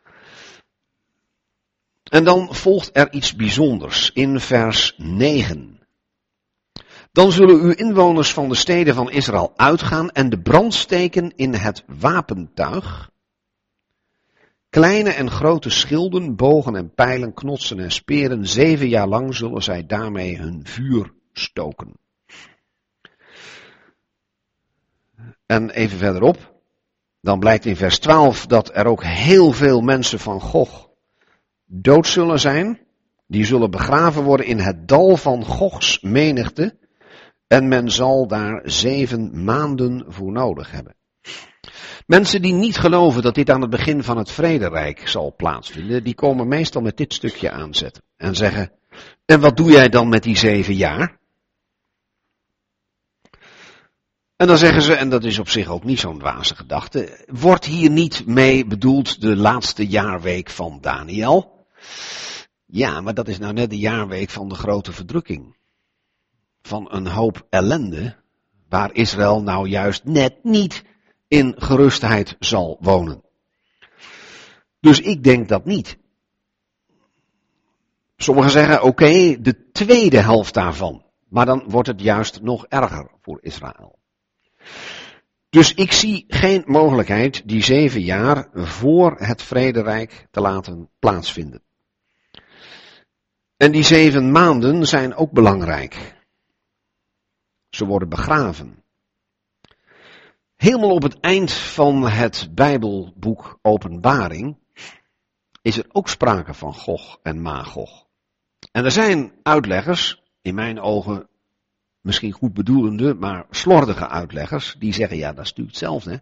En dan volgt er iets bijzonders in vers negen. Dan zullen uw inwoners van de steden van Israël uitgaan en de brand steken in het wapentuig. Kleine en grote schilden, bogen en pijlen, knotsen en speren, zeven jaar lang zullen zij daarmee hun vuur stoken. En even verderop, dan blijkt in vers twaalf dat er ook heel veel mensen van Gog dood zullen zijn. Die zullen begraven worden in het dal van Gogs menigte. En men zal daar zeven maanden voor nodig hebben. Mensen die niet geloven dat dit aan het begin van het vrederijk zal plaatsvinden, die komen meestal met dit stukje aanzetten. En zeggen, en wat doe jij dan met die zeven jaar? En dan zeggen ze, en dat is op zich ook niet zo'n dwaze gedachte, wordt hier niet mee bedoeld de laatste jaarweek van Daniel? Ja, maar dat is nou net de jaarweek van de grote verdrukking. Van een hoop ellende, waar Israël nou juist net niet in gerustheid zal wonen. Dus ik denk dat niet. Sommigen zeggen, oké, okay, de tweede helft daarvan. Maar dan wordt het juist nog erger voor Israël. Dus ik zie geen mogelijkheid die zeven jaar voor het vrederijk te laten plaatsvinden. En die zeven maanden zijn ook belangrijk. Ze worden begraven. Helemaal op het eind van het Bijbelboek Openbaring is er ook sprake van Gog en Magog. En er zijn uitleggers, in mijn ogen misschien goed bedoelende, maar slordige uitleggers, die zeggen, ja, dat is natuurlijk hetzelfde.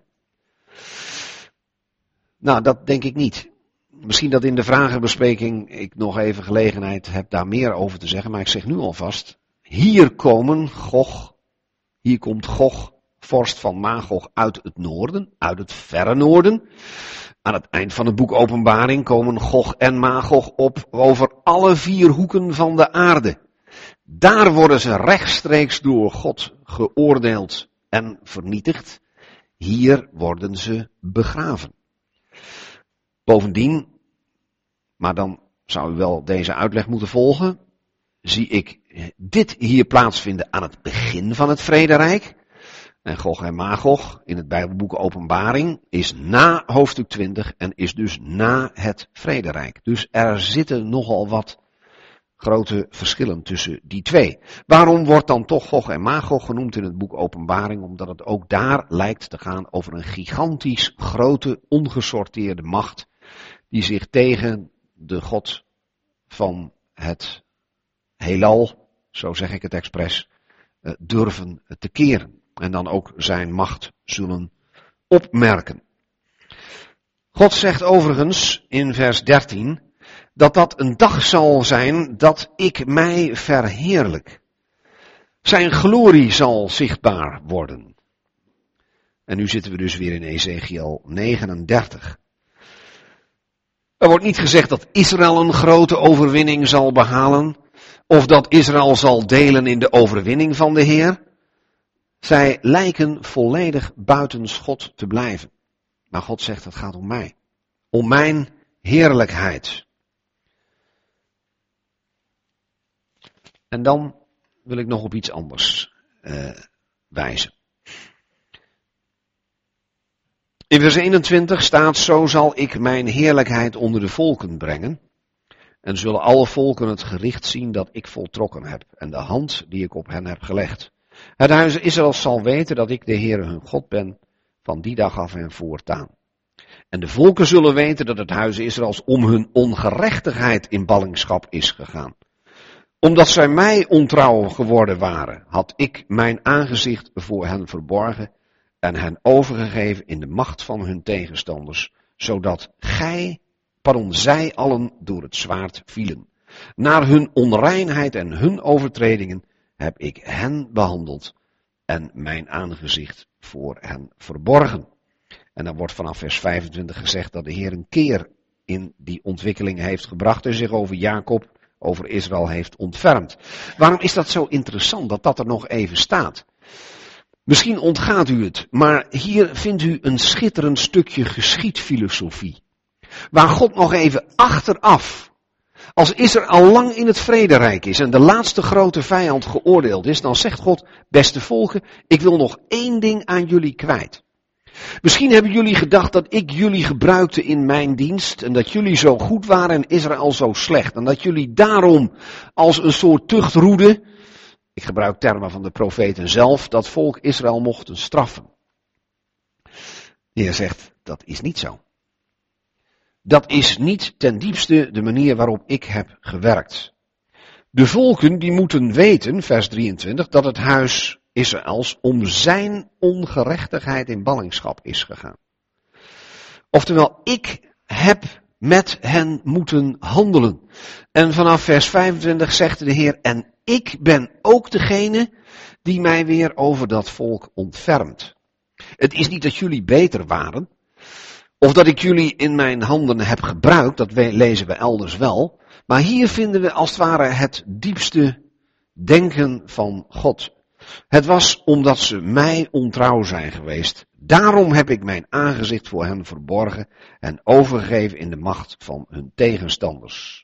Nou, dat denk ik niet. Misschien dat in de vragenbespreking ik nog even gelegenheid heb daar meer over te zeggen, maar ik zeg nu alvast, hier komen Gog, hier komt Gog, vorst van Magog, uit het noorden, uit het verre noorden. Aan het eind van het boek Openbaring komen Gog en Magog op over alle vier hoeken van de aarde. Daar worden ze rechtstreeks door God geoordeeld en vernietigd. Hier worden ze begraven. Bovendien, maar dan zou u wel deze uitleg moeten volgen, zie ik dit hier plaatsvinden aan het begin van het vrederijk. En Gog en Magog in het Bijbelboek Openbaring is na hoofdstuk twintig en is dus na het vrederijk. Dus er zitten nogal wat grote verschillen tussen die twee. Waarom wordt dan toch Gog en Magog genoemd in het boek Openbaring? Omdat het ook daar lijkt te gaan over een gigantisch grote ongesorteerde macht die zich tegen de God van het heelal, zo zeg ik het expres, durven te keren. En dan ook zijn macht zullen opmerken. God zegt overigens in vers dertien, dat dat een dag zal zijn dat ik mij verheerlijk. Zijn glorie zal zichtbaar worden. En nu zitten we dus weer in Ezekiel negenendertig. Er wordt niet gezegd dat Israël een grote overwinning zal behalen, of dat Israël zal delen in de overwinning van de Heer. Zij lijken volledig buitens God te blijven. Maar God zegt, het gaat om mij. Om mijn heerlijkheid. En dan wil ik nog op iets anders uh, wijzen. In vers eenentwintig staat, zo zal ik mijn heerlijkheid onder de volken brengen. En zullen alle volken het gericht zien dat ik voltrokken heb. En de hand die ik op hen heb gelegd. Het huis Israël zal weten dat ik de Heere hun God ben, van die dag af en voortaan. En de volken zullen weten dat het huis Israëls om hun ongerechtigheid in ballingschap is gegaan. Omdat zij mij ontrouw geworden waren, had ik mijn aangezicht voor hen verborgen en hen overgegeven in de macht van hun tegenstanders, zodat gij, pardon, zij allen door het zwaard vielen. Naar hun onreinheid en hun overtredingen heb ik hen behandeld en mijn aangezicht voor hen verborgen. En dan wordt vanaf vers vijfentwintig gezegd dat de Heer een keer in die ontwikkeling heeft gebracht en zich over Jacob, over Israël heeft ontfermd. Waarom is dat zo interessant dat dat er nog even staat? Misschien ontgaat u het, maar hier vindt u een schitterend stukje geschiedfilosofie. Waar God nog even achteraf, als Israël al lang in het vrederijk is en de laatste grote vijand geoordeeld is, dan zegt God, beste volken, ik wil nog één ding aan jullie kwijt. Misschien hebben jullie gedacht dat ik jullie gebruikte in mijn dienst en dat jullie zo goed waren en Israël zo slecht. En dat jullie daarom als een soort tuchtroede, ik gebruik termen van de profeten zelf, dat volk Israël mochten straffen. De Heer zegt, dat is niet zo. Dat is niet ten diepste de manier waarop ik heb gewerkt. De volken die moeten weten, vers drieëntwintig, dat het huis Israëls om zijn ongerechtigheid in ballingschap is gegaan. Oftewel, ik heb met hen moeten handelen. En vanaf vers vijfentwintig zegt de Heer, en ik ben ook degene die mij weer over dat volk ontfermt. Het is niet dat jullie beter waren, of dat ik jullie in mijn handen heb gebruikt, dat lezen we elders wel. Maar hier vinden we als het ware het diepste denken van God. Het was omdat ze mij ontrouw zijn geweest. Daarom heb ik mijn aangezicht voor hen verborgen en overgegeven in de macht van hun tegenstanders.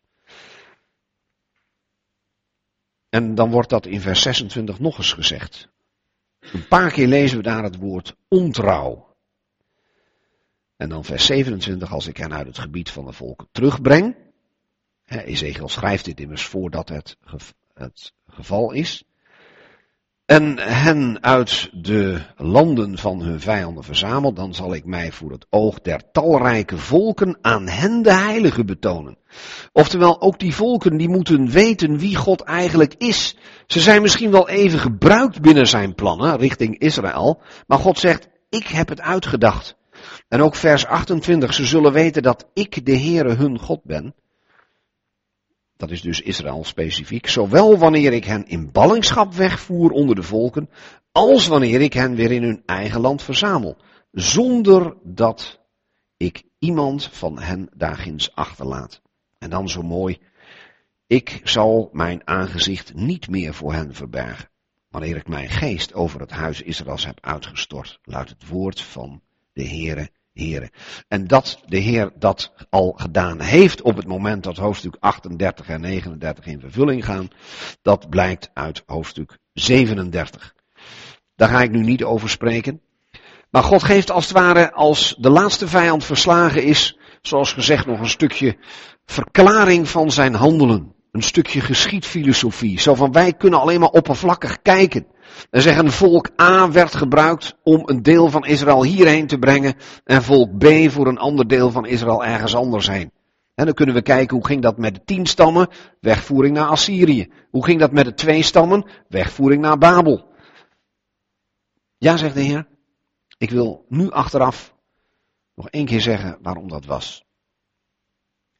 En dan wordt dat in vers zesentwintig nog eens gezegd. Een paar keer lezen we daar het woord ontrouw. En dan vers zevenentwintig, als ik hen uit het gebied van de volken terugbreng. Ezekiel schrijft dit immers voordat het, het geval is. En hen uit de landen van hun vijanden verzamel, dan zal ik mij voor het oog der talrijke volken aan hen de heilige betonen. Oftewel, ook die volken die moeten weten wie God eigenlijk is. Ze zijn misschien wel even gebruikt binnen zijn plannen richting Israël, maar God zegt, ik heb het uitgedacht. En ook vers achtentwintig, ze zullen weten dat ik de Heere hun God ben. Dat is dus Israël specifiek. Zowel wanneer ik hen in ballingschap wegvoer onder de volken, als wanneer ik hen weer in hun eigen land verzamel. Zonder dat ik iemand van hen daarginds achterlaat. En dan zo mooi, ik zal mijn aangezicht niet meer voor hen verbergen. Wanneer ik mijn geest over het huis Israëls heb uitgestort, luidt het woord van de Heere. Heren. En dat de Heer dat al gedaan heeft op het moment dat hoofdstuk achtendertig en negenendertig in vervulling gaan, dat blijkt uit hoofdstuk zevenendertig. Daar ga ik nu niet over spreken. Maar God geeft als het ware, als de laatste vijand verslagen is, zoals gezegd nog een stukje verklaring van zijn handelen. Een stukje geschiedfilosofie. Zo van wij kunnen alleen maar oppervlakkig kijken. En zeggen volk A werd gebruikt om een deel van Israël hierheen te brengen. En volk B voor een ander deel van Israël ergens anders heen. En dan kunnen we kijken hoe ging dat met de tien stammen. Wegvoering naar Assyrië. Hoe ging dat met de twee stammen. Wegvoering naar Babel. Ja, zegt de Heer. Ik wil nu achteraf nog één keer zeggen waarom dat was.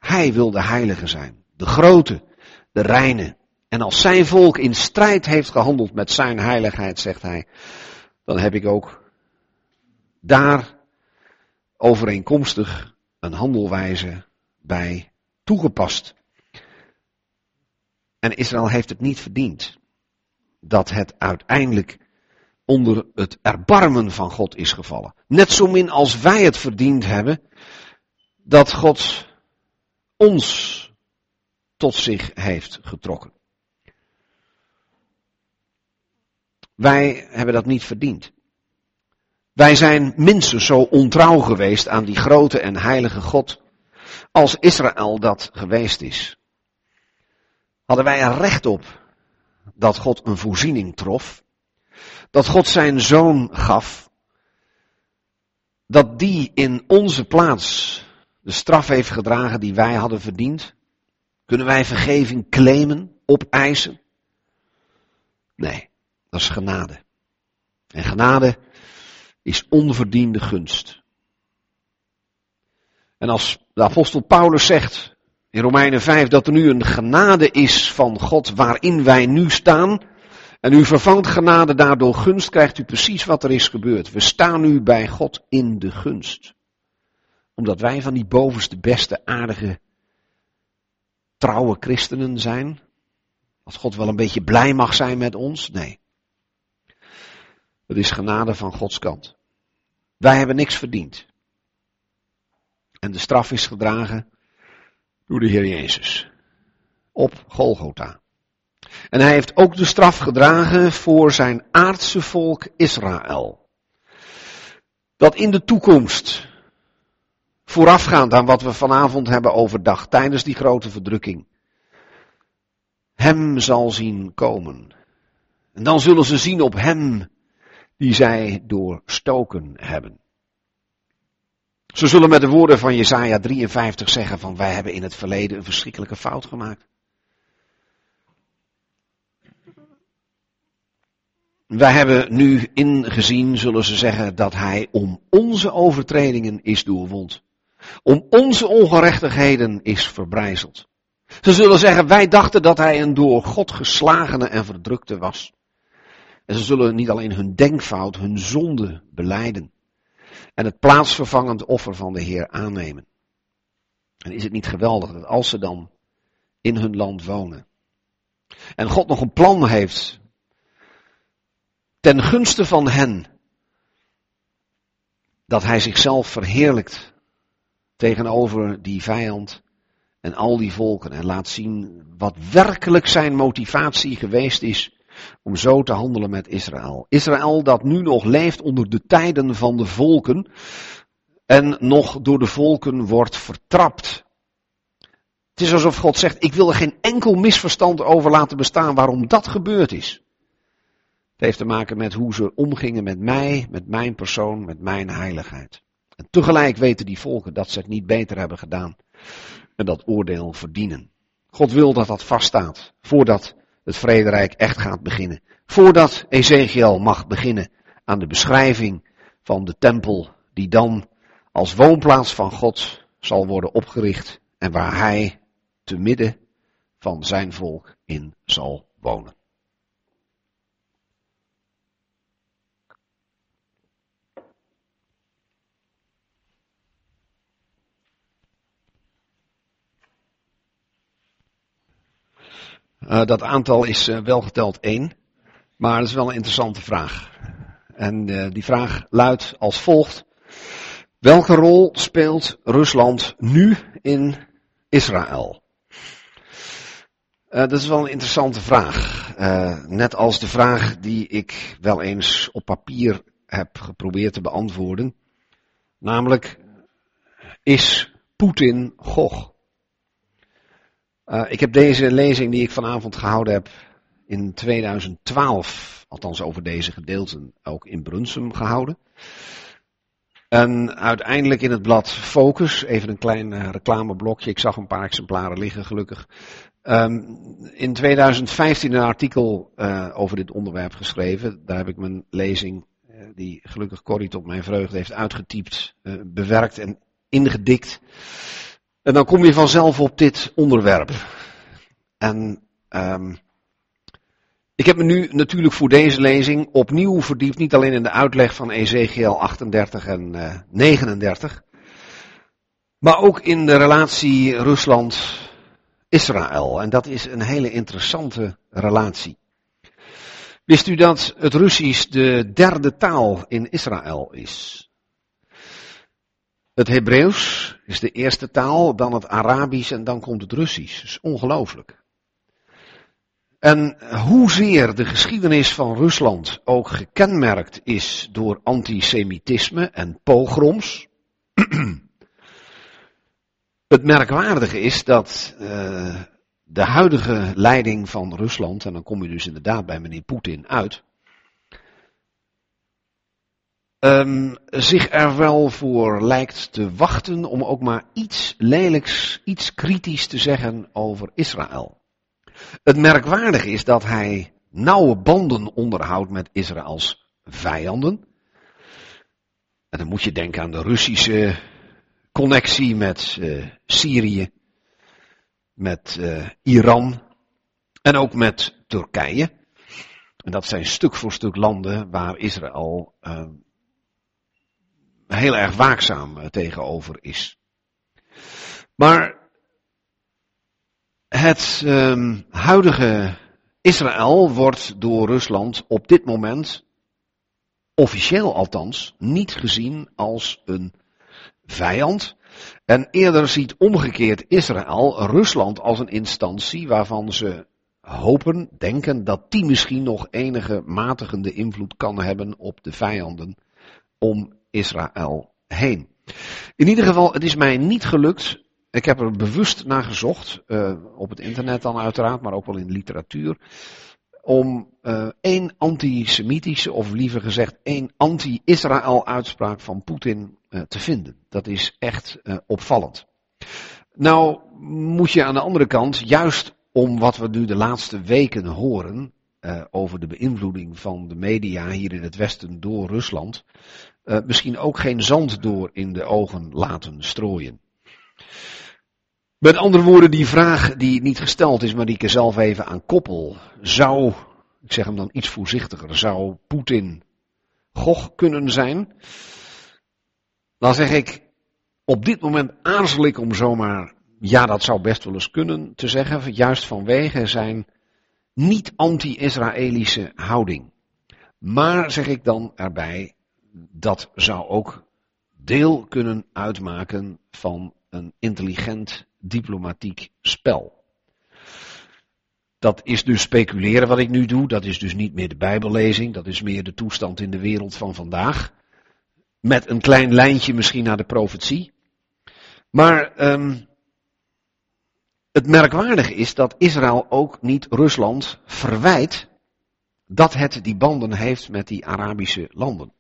Hij wil de heilige zijn, de grote, de reine. En als zijn volk in strijd heeft gehandeld met zijn heiligheid, zegt hij, dan heb ik ook daar overeenkomstig een handelwijze bij toegepast. En Israël heeft het niet verdiend dat het uiteindelijk onder het erbarmen van God is gevallen. Net zo min als wij het verdiend hebben dat God ons tot zich heeft getrokken. Wij hebben dat niet verdiend. Wij zijn minstens zo ontrouw geweest aan die grote en heilige God als Israël dat geweest is. Hadden wij er recht op dat God een voorziening trof, dat God zijn zoon gaf, dat die in onze plaats de straf heeft gedragen die wij hadden verdiend? Kunnen wij vergeving claimen, opeisen? Nee, dat is genade. En genade is onverdiende gunst. En als de apostel Paulus zegt in Romeinen vijf dat er nu een genade is van God waarin wij nu staan, en u vervangt genade daardoor gunst, krijgt u precies wat er is gebeurd. We staan nu bij God in de gunst. Omdat wij van die bovenste, beste, aardige, trouwe christenen zijn. Dat God wel een beetje blij mag zijn met ons. Nee. Het is genade van Gods kant. Wij hebben niks verdiend. En de straf is gedragen door de Heer Jezus. Op Golgotha. En hij heeft ook de straf gedragen voor zijn aardse volk Israël. Dat in de toekomst, voorafgaand aan wat we vanavond hebben overdacht tijdens die grote verdrukking, hem zal zien komen. En dan zullen ze zien op hem die zij doorstoken hebben. Ze zullen met de woorden van Jesaja drieënvijftig zeggen van wij hebben in het verleden een verschrikkelijke fout gemaakt. Wij hebben nu ingezien, zullen ze zeggen, dat hij om onze overtredingen is doorwond. Om onze ongerechtigheden is verbrijzeld. Ze zullen zeggen, wij dachten dat hij een door God geslagene en verdrukte was. En ze zullen niet alleen hun denkfout, hun zonde belijden. En het plaatsvervangend offer van de Heer aannemen. En is het niet geweldig dat als ze dan in hun land wonen. En God nog een plan heeft ten gunste van hen, dat hij zichzelf verheerlijkt tegenover die vijand en al die volken. En laat zien wat werkelijk zijn motivatie geweest is om zo te handelen met Israël. Israël dat nu nog leeft onder de tijden van de volken en nog door de volken wordt vertrapt. Het is alsof God zegt, ik wil er geen enkel misverstand over laten bestaan waarom dat gebeurd is. Het heeft te maken met hoe ze omgingen met mij, met mijn persoon, met mijn heiligheid. En tegelijk weten die volken dat ze het niet beter hebben gedaan en dat oordeel verdienen. God wil dat dat vaststaat, voordat het vrederijk echt gaat beginnen. Voordat Ezekiel mag beginnen aan de beschrijving van de tempel die dan als woonplaats van God zal worden opgericht en waar hij te midden van zijn volk in zal wonen. Uh, dat aantal is uh, wel geteld één, maar dat is wel een interessante vraag. En uh, die vraag luidt als volgt. Welke rol speelt Rusland nu in Israël? Uh, dat is wel een interessante vraag. Uh, net als de vraag die ik wel eens op papier heb geprobeerd te beantwoorden. Namelijk, is Poetin Gog? Uh, ik heb deze lezing die ik vanavond gehouden heb in tweeduizend twaalf, althans over deze gedeelten, ook in Brunsum gehouden. En uiteindelijk in het blad Focus, even een klein uh, reclameblokje, ik zag een paar exemplaren liggen gelukkig. Um, in tweeduizend vijftien een artikel uh, over dit onderwerp geschreven. Daar heb ik mijn lezing, uh, die gelukkig Corrie tot mijn vreugde heeft uitgetypt, uh, bewerkt en ingedikt. En dan kom je vanzelf op dit onderwerp. En um, ik heb me nu natuurlijk voor deze lezing opnieuw verdiept, niet alleen in de uitleg van Ezekiel achtendertig en uh, negenendertig, maar ook in de relatie Rusland-Israël. En dat is een hele interessante relatie. Wist u dat het Russisch de derde taal in Israël is? Het Hebreeuws is de eerste taal, dan het Arabisch en dan komt het Russisch. Dat is ongelooflijk. En hoezeer de geschiedenis van Rusland ook gekenmerkt is door antisemitisme en pogroms. Het merkwaardige is dat uh, de huidige leiding van Rusland, en dan kom je dus inderdaad bij meneer Poetin uit, um, zich er wel voor lijkt te wachten om ook maar iets lelijks, iets kritisch te zeggen over Israël. Het merkwaardige is dat hij nauwe banden onderhoudt met Israëls vijanden. En dan moet je denken aan de Russische connectie met uh, Syrië, met uh, Iran en ook met Turkije. En dat zijn stuk voor stuk landen waar Israël uh, heel erg waakzaam uh, tegenover is. Maar het um, huidige Israël wordt door Rusland op dit moment, officieel althans, niet gezien als een vijand. En eerder ziet omgekeerd Israël Rusland als een instantie waarvan ze hopen, denken dat die misschien nog enige matigende invloed kan hebben op de vijanden om Israël heen. In ieder geval, het is mij niet gelukt. Ik heb er bewust naar gezocht, uh, op het internet dan uiteraard, maar ook wel in de literatuur, om uh, één antisemitische, of liever gezegd één anti-Israël uitspraak van Poetin uh, te vinden. Dat is echt uh, opvallend. Nou moet je aan de andere kant, juist om wat we nu de laatste weken horen, uh, over de beïnvloeding van de media hier in het Westen door Rusland, uh, misschien ook geen zand door in de ogen laten strooien. Met andere woorden, die vraag die niet gesteld is, maar die ik er zelf even aan koppel. Zou, ik zeg hem dan iets voorzichtiger, zou Poetin Gog kunnen zijn? Dan zeg ik, op dit moment aarzel ik om zomaar, ja dat zou best wel eens kunnen, te zeggen, juist vanwege zijn niet anti-Israëlische houding. Maar, zeg ik dan erbij, dat zou ook deel kunnen uitmaken van een intelligent diplomatiek spel. Dat is dus speculeren wat ik nu doe, dat is dus niet meer de Bijbellezing, dat is meer de toestand in de wereld van vandaag. Met een klein lijntje misschien naar de profetie. Maar um, het merkwaardige is dat Israël ook niet Rusland verwijt dat het die banden heeft met die Arabische landen.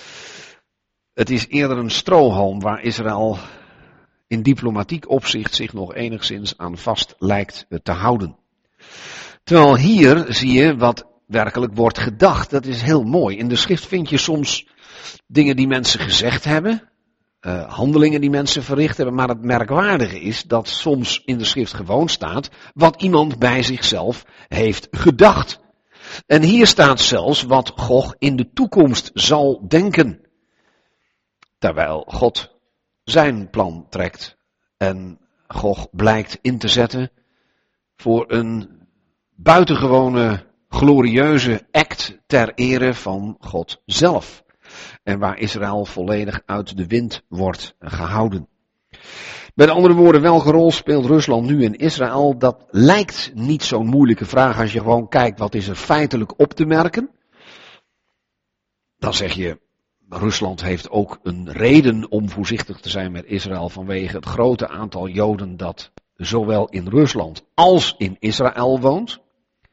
Het is eerder een strohalm waar Israël in diplomatiek opzicht zich nog enigszins aan vast lijkt te houden. Terwijl hier zie je wat werkelijk wordt gedacht. Dat is heel mooi. In de schrift vind je soms dingen die mensen gezegd hebben, uh, handelingen die mensen verricht hebben, maar het merkwaardige is dat soms in de schrift gewoon staat wat iemand bij zichzelf heeft gedacht. En hier staat zelfs wat Gog in de toekomst zal denken. Terwijl God zijn plan trekt en Gog blijkt in te zetten voor een buitengewone glorieuze act ter ere van God zelf. En waar Israël volledig uit de wind wordt gehouden. Met andere woorden, welke rol speelt Rusland nu in Israël? Dat lijkt niet zo'n moeilijke vraag als je gewoon kijkt wat is er feitelijk op te merken. Dan zeg je, Rusland heeft ook een reden om voorzichtig te zijn met Israël vanwege het grote aantal Joden dat zowel in Rusland als in Israël woont.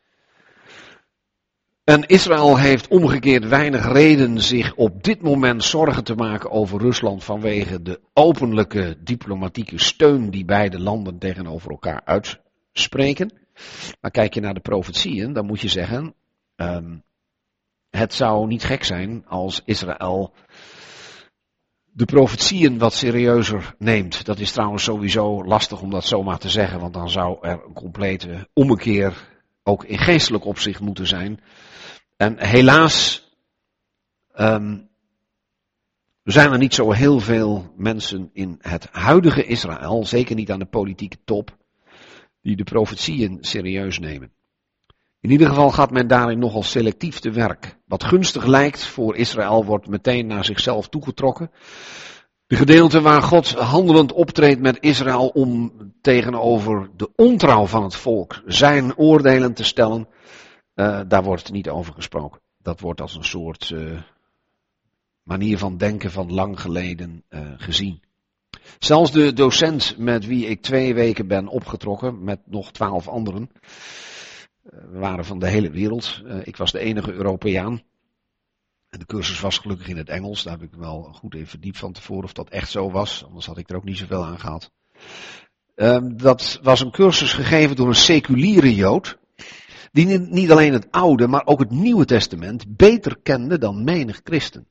En Israël heeft omgekeerd weinig reden zich op dit moment zorgen te maken over Rusland vanwege de openlijke diplomatieke steun die beide landen tegenover elkaar uitspreken. Maar kijk je naar de profetieën, dan moet je zeggen, um, het zou niet gek zijn als Israël de profetieën wat serieuzer neemt. Dat is trouwens sowieso lastig om dat zomaar te zeggen, want dan zou er een complete ommekeer ook in geestelijk opzicht moeten zijn. En helaas um, zijn er niet zo heel veel mensen in het huidige Israël, zeker niet aan de politieke top, die de profetieën serieus nemen. In ieder geval gaat men daarin nogal selectief te werk. Wat gunstig lijkt voor Israël wordt meteen naar zichzelf toegetrokken. De gedeelte waar God handelend optreedt met Israël om tegenover de ontrouw van het volk zijn oordelen te stellen, uh, daar wordt niet over gesproken. Dat wordt als een soort uh, manier van denken van lang geleden uh, gezien. Zelfs de docent met wie ik twee weken ben opgetrokken, met nog twaalf anderen, we waren van de hele wereld. Uh, ik was de enige Europeaan. En de cursus was gelukkig in het Engels. Daar heb ik wel goed in verdiept van tevoren of dat echt zo was. Anders had ik er ook niet zoveel aan gehad. Uh, dat was een cursus gegeven door een seculiere Jood. Die niet alleen het Oude, maar ook het Nieuwe Testament beter kende dan menig christen.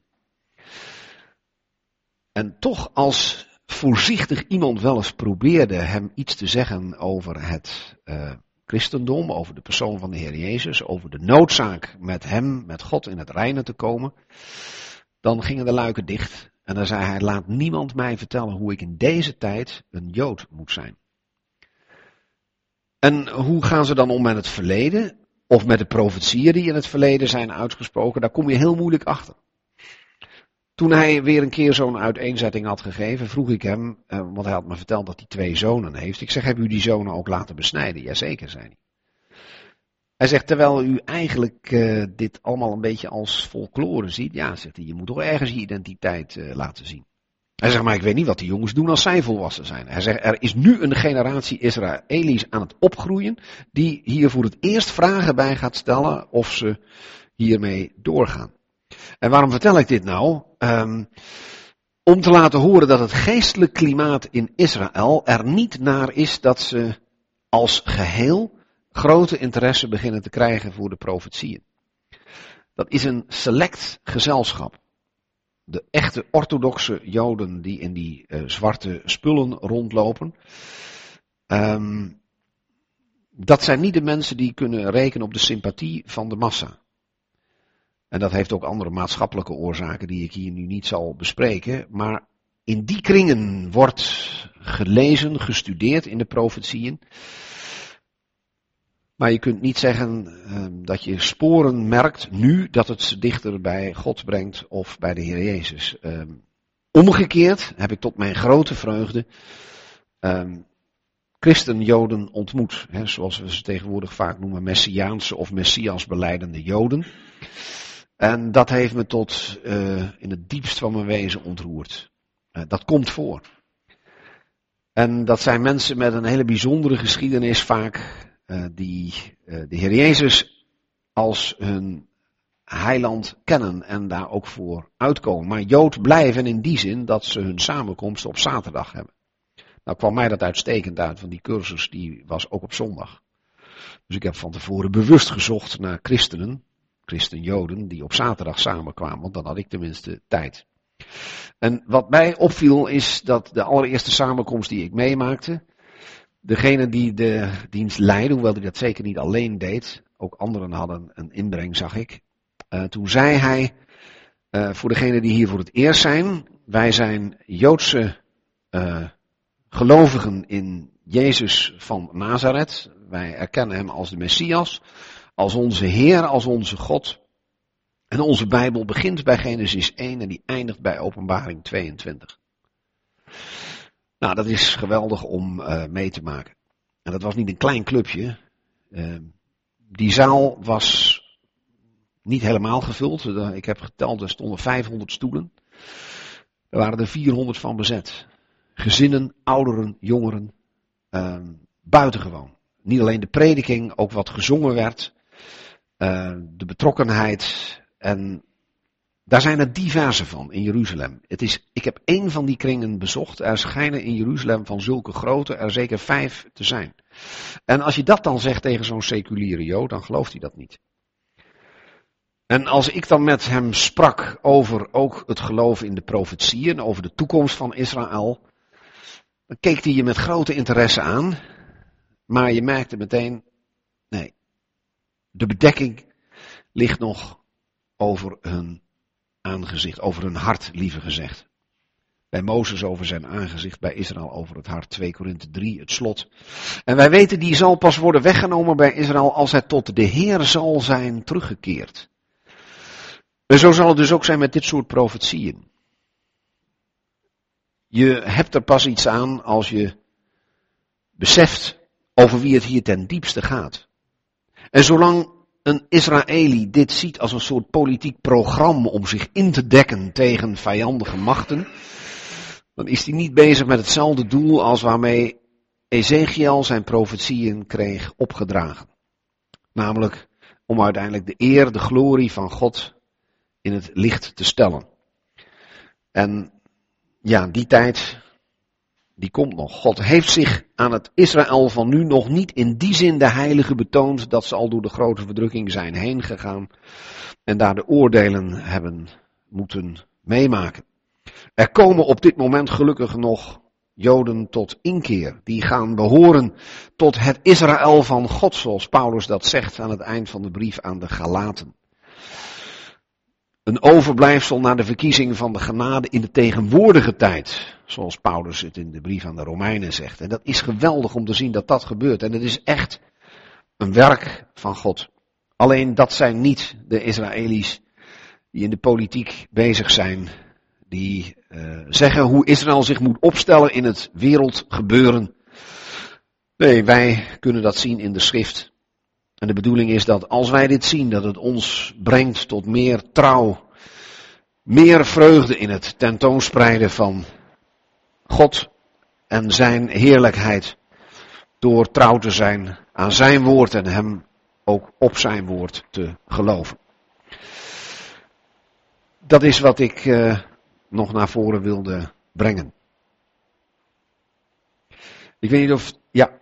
En toch als voorzichtig iemand wel eens probeerde hem iets te zeggen over het uh, christendom, over de persoon van de Heer Jezus, over de noodzaak met hem, met God in het reine te komen, dan gingen de luiken dicht. En dan zei hij, laat niemand mij vertellen hoe ik in deze tijd een Jood moet zijn. En hoe gaan ze dan om met het verleden, of met de profetieën die in het verleden zijn uitgesproken, daar kom je heel moeilijk achter. Toen hij weer een keer zo'n uiteenzetting had gegeven, vroeg ik hem, uh, want hij had me verteld dat hij twee zonen heeft. Ik zeg, hebben u die zonen ook laten besnijden? Jazeker, zei hij. Hij zegt, terwijl u eigenlijk uh, dit allemaal een beetje als folklore ziet. Ja, zegt hij, je moet toch ergens je identiteit uh, laten zien. Hij zegt, maar ik weet niet wat die jongens doen als zij volwassen zijn. Hij zegt, er is nu een generatie Israëli's aan het opgroeien, die hier voor het eerst vragen bij gaat stellen of ze hiermee doorgaan. En waarom vertel ik dit nou? Um, om te laten horen dat het geestelijk klimaat in Israël er niet naar is dat ze als geheel grote interesse beginnen te krijgen voor de profetieën. Dat is een select gezelschap. De echte orthodoxe Joden die in die uh, zwarte spullen rondlopen. Um, dat zijn niet de mensen die kunnen rekenen op de sympathie van de massa. En dat heeft ook andere maatschappelijke oorzaken die ik hier nu niet zal bespreken. Maar in die kringen wordt gelezen, gestudeerd in de profetieën. Maar je kunt niet zeggen uh, dat je sporen merkt nu dat het dichter bij God brengt of bij de Heer Jezus. Uh, omgekeerd heb ik tot mijn grote vreugde uh, christen-Joden ontmoet. Hè, zoals we ze tegenwoordig vaak noemen, Messiaanse of Messias belijdende Joden. En dat heeft me tot uh, in het diepst van mijn wezen ontroerd. Uh, dat komt voor. En dat zijn mensen met een hele bijzondere geschiedenis vaak, uh, die uh, de Heer Jezus als hun heiland kennen en daar ook voor uitkomen. Maar Jood blijven in die zin dat ze hun samenkomst op zaterdag hebben. Nou kwam mij dat uitstekend uit, want die cursus die was ook op zondag. Dus ik heb van tevoren bewust gezocht naar christenen. Christen-Joden die op zaterdag samenkwamen, want dan had ik tenminste tijd. En wat mij opviel is dat de allereerste samenkomst die ik meemaakte, degene die de dienst leidde, hoewel hij dat zeker niet alleen deed, ook anderen hadden een inbreng, zag ik. Uh, toen zei hij, uh, voor degenen die hier voor het eerst zijn, wij zijn Joodse uh, gelovigen in Jezus van Nazareth. Wij erkennen hem als de Messias, als onze Heer, als onze God. En onze Bijbel begint bij Genesis één en die eindigt bij Openbaring tweeëntwintig. Nou, dat is geweldig om uh, mee te maken. En dat was niet een klein clubje. Uh, die zaal was niet helemaal gevuld. Uh, ik heb geteld, er stonden vijfhonderd stoelen. Er waren er vierhonderd van bezet. Gezinnen, ouderen, jongeren. Uh, buitengewoon. Niet alleen de prediking, ook wat gezongen werd. Uh, de betrokkenheid. En daar zijn er diverse van in Jeruzalem. Het is, ik heb één van die kringen bezocht. Er schijnen in Jeruzalem van zulke grote er zeker vijf te zijn. En als je dat dan zegt tegen zo'n seculiere Jood, dan gelooft hij dat niet. En als ik dan met hem sprak over ook het geloof in de profetieën, over de toekomst van Israël, dan keek hij je met grote interesse aan, maar je merkte meteen, nee, de bedekking ligt nog over hun aangezicht, over hun hart liever gezegd. Bij Mozes over zijn aangezicht, bij Israël over het hart, twee Korinthe drie, het slot. En wij weten, die zal pas worden weggenomen bij Israël als hij tot de Heer zal zijn teruggekeerd. En zo zal het dus ook zijn met dit soort profetieën. Je hebt er pas iets aan als je beseft over wie het hier ten diepste gaat. En zolang een Israëli dit ziet als een soort politiek programma om zich in te dekken tegen vijandige machten, dan is hij niet bezig met hetzelfde doel als waarmee Ezechiel zijn profetieën kreeg opgedragen. Namelijk om uiteindelijk de eer, de glorie van God in het licht te stellen. En ja, die tijd, die komt nog. God heeft zich aan het Israël van nu nog niet in die zin de heilige betoond dat ze al door de grote verdrukking zijn heen gegaan en daar de oordelen hebben moeten meemaken. Er komen op dit moment gelukkig nog Joden tot inkeer. Die gaan behoren tot het Israël van God, zoals Paulus dat zegt aan het eind van de brief aan de Galaten. Een overblijfsel na de verkiezing van de genade in de tegenwoordige tijd, zoals Paulus het in de brief aan de Romeinen zegt. En dat is geweldig om te zien dat dat gebeurt. En het is echt een werk van God. Alleen dat zijn niet de Israëli's die in de politiek bezig zijn, die uh, zeggen hoe Israël zich moet opstellen in het wereldgebeuren. Nee, wij kunnen dat zien in de schrift. En de bedoeling is dat als wij dit zien, dat het ons brengt tot meer trouw, meer vreugde in het tentoonspreiden van God en zijn heerlijkheid, door trouw te zijn aan zijn woord en hem ook op zijn woord te geloven. Dat is wat ik uh, nog naar voren wilde brengen. Ik weet niet of, ja.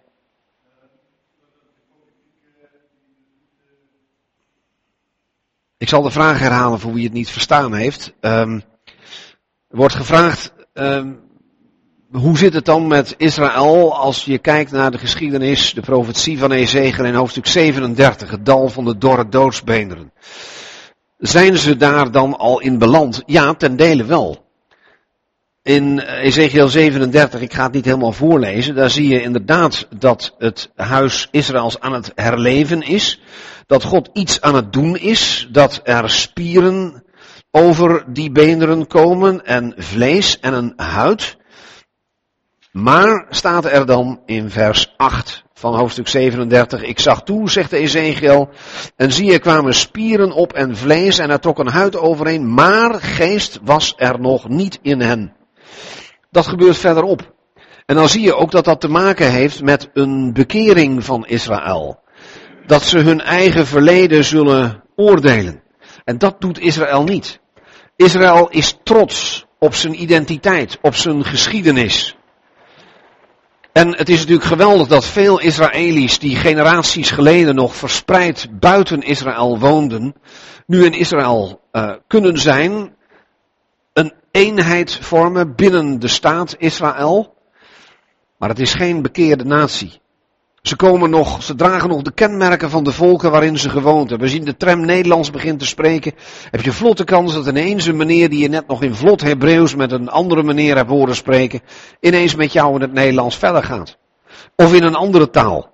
Ik zal de vraag herhalen voor wie het niet verstaan heeft. Um, er wordt gevraagd, um, hoe zit het dan met Israël als je kijkt naar de geschiedenis, de profetie van Ezechiel in hoofdstuk zevenendertig, het dal van de dorre doodsbeenderen. Zijn ze daar dan al in beland? Ja, ten dele wel. In Ezechiel zevenendertig, ik ga het niet helemaal voorlezen, daar zie je inderdaad dat het huis Israëls aan het herleven is. Dat God iets aan het doen is, dat er spieren over die beenderen komen en vlees en een huid. Maar staat er dan in vers acht van hoofdstuk zevenendertig, ik zag toe, zegt de Ezechiel, en zie er kwamen spieren op en vlees en er trok een huid overheen, maar geest was er nog niet in hen. Dat gebeurt verderop. En dan zie je ook dat dat te maken heeft met een bekering van Israël. Dat ze hun eigen verleden zullen oordelen. En dat doet Israël niet. Israël is trots op zijn identiteit, op zijn geschiedenis. En het is natuurlijk geweldig dat veel Israëli's die generaties geleden nog verspreid buiten Israël woonden, nu in Israël uh, kunnen zijn, een eenheid vormen binnen de staat Israël. Maar het is geen bekeerde natie. Ze komen nog, ze dragen nog de kenmerken van de volken waarin ze gewoond hebben. We zien de tram Nederlands begint te spreken. Heb je vlotte kans dat ineens een meneer die je net nog in vlot Hebreeuws met een andere meneer hebt horen spreken, ineens met jou in het Nederlands verder gaat. Of in een andere taal.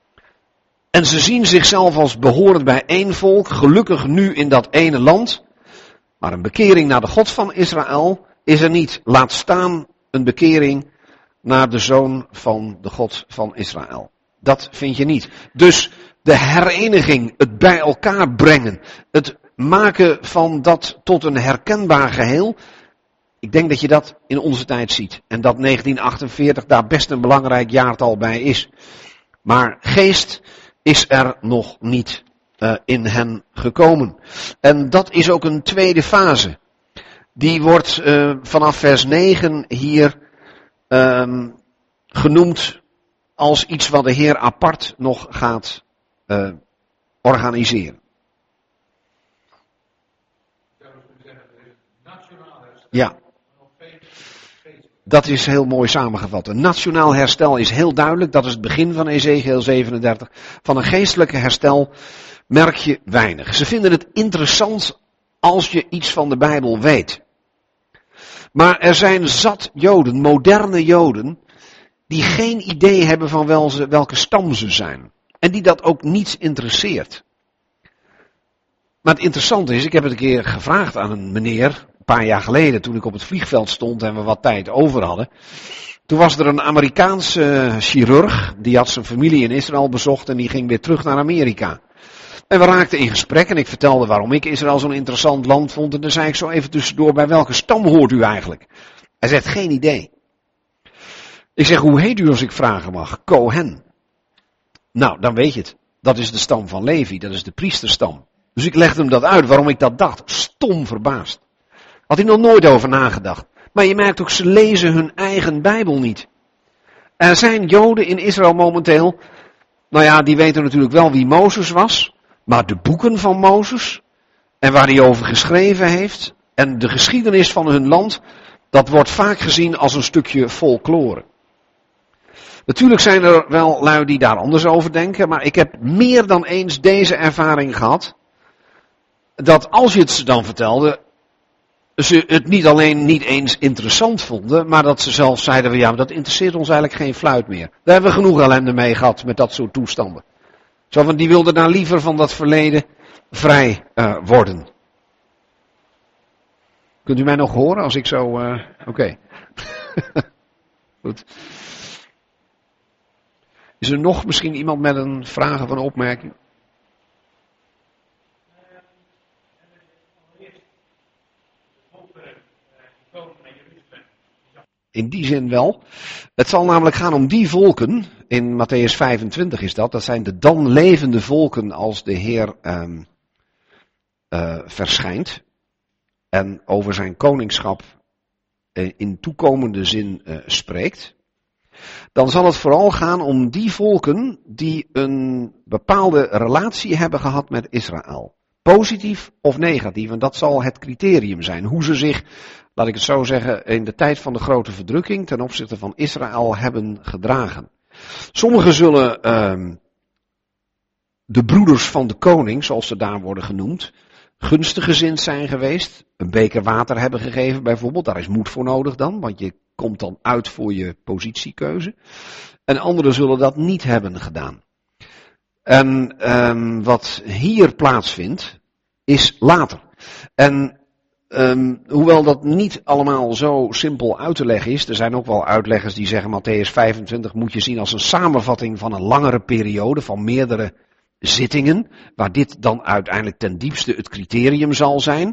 En ze zien zichzelf als behorend bij één volk, gelukkig nu in dat ene land. Maar een bekering naar de God van Israël is er niet. Laat staan een bekering naar de zoon van de God van Israël. Dat vind je niet. Dus de hereniging, het bij elkaar brengen, het maken van dat tot een herkenbaar geheel. Ik denk dat je dat in onze tijd ziet. En dat negentien achtenveertig daar best een belangrijk jaartal bij is. Maar geest is er nog niet uh, in hen gekomen. En dat is ook een tweede fase. Die wordt uh, vanaf vers negen hier uh, genoemd als iets wat de Heer apart nog gaat uh, organiseren. Ja. Dat is heel mooi samengevat. Een nationaal herstel is heel duidelijk. Dat is het begin van Ezekiel zevenendertig. Van een geestelijke herstel merk je weinig. Ze vinden het interessant als je iets van de Bijbel weet. Maar er zijn zat Joden, moderne Joden, die geen idee hebben van wel ze, welke stam ze zijn. En die dat ook niets interesseert. Maar het interessante is, ik heb het een keer gevraagd aan een meneer, een paar jaar geleden, toen ik op het vliegveld stond en we wat tijd over hadden. Toen was er een Amerikaanse chirurg, die had zijn familie in Israël bezocht en die ging weer terug naar Amerika. En we raakten in gesprek en ik vertelde waarom ik Israël zo'n interessant land vond. En dan zei ik zo even tussendoor, bij welke stam hoort u eigenlijk? Hij zegt, geen idee. Ik zeg, hoe heet u als ik vragen mag? Cohen. Nou, dan weet je het. Dat is de stam van Levi, dat is de priesterstam. Dus ik legde hem dat uit, waarom ik dat dacht. Stom verbaasd. Had hij nog nooit over nagedacht. Maar je merkt ook, ze lezen hun eigen Bijbel niet. Er zijn Joden in Israël momenteel, nou ja, die weten natuurlijk wel wie Mozes was. Maar de boeken van Mozes, en waar hij over geschreven heeft, en de geschiedenis van hun land, dat wordt vaak gezien als een stukje folklore. Natuurlijk zijn er wel lui die daar anders over denken, maar ik heb meer dan eens deze ervaring gehad, dat als je het ze dan vertelde, ze het niet alleen niet eens interessant vonden, maar dat ze zelfs zeiden van ja, maar dat interesseert ons eigenlijk geen fluit meer. Daar hebben we genoeg ellende mee gehad met dat soort toestanden. Zo van, die wilden nou liever van dat verleden vrij uh, worden. Kunt u mij nog horen als ik zo... Uh, Oké. Okay. Goed. Is er nog misschien iemand met een vraag of een opmerking? In die zin wel. Het zal namelijk gaan om die volken, in Matthäus vijfentwintig is dat, dat zijn de dan levende volken als de Heer um, uh, verschijnt en over zijn koningschap uh, in toekomende zin uh, spreekt. Dan zal het vooral gaan om die volken die een bepaalde relatie hebben gehad met Israël. Positief of negatief, en dat zal het criterium zijn. Hoe ze zich, laat ik het zo zeggen, in de tijd van de grote verdrukking ten opzichte van Israël hebben gedragen. Sommigen zullen uh, de broeders van de koning, zoals ze daar worden genoemd, gunstig gezind zijn geweest. Een beker water hebben gegeven bijvoorbeeld, daar is moed voor nodig dan, want je komt dan uit voor je positiekeuze. En anderen zullen dat niet hebben gedaan. En um, wat hier plaatsvindt, is later. En um, hoewel dat niet allemaal zo simpel uit te leggen is, er zijn ook wel uitleggers die zeggen Matthäus vijfentwintig moet je zien als een samenvatting van een langere periode, van meerdere zittingen, waar dit dan uiteindelijk ten diepste het criterium zal zijn.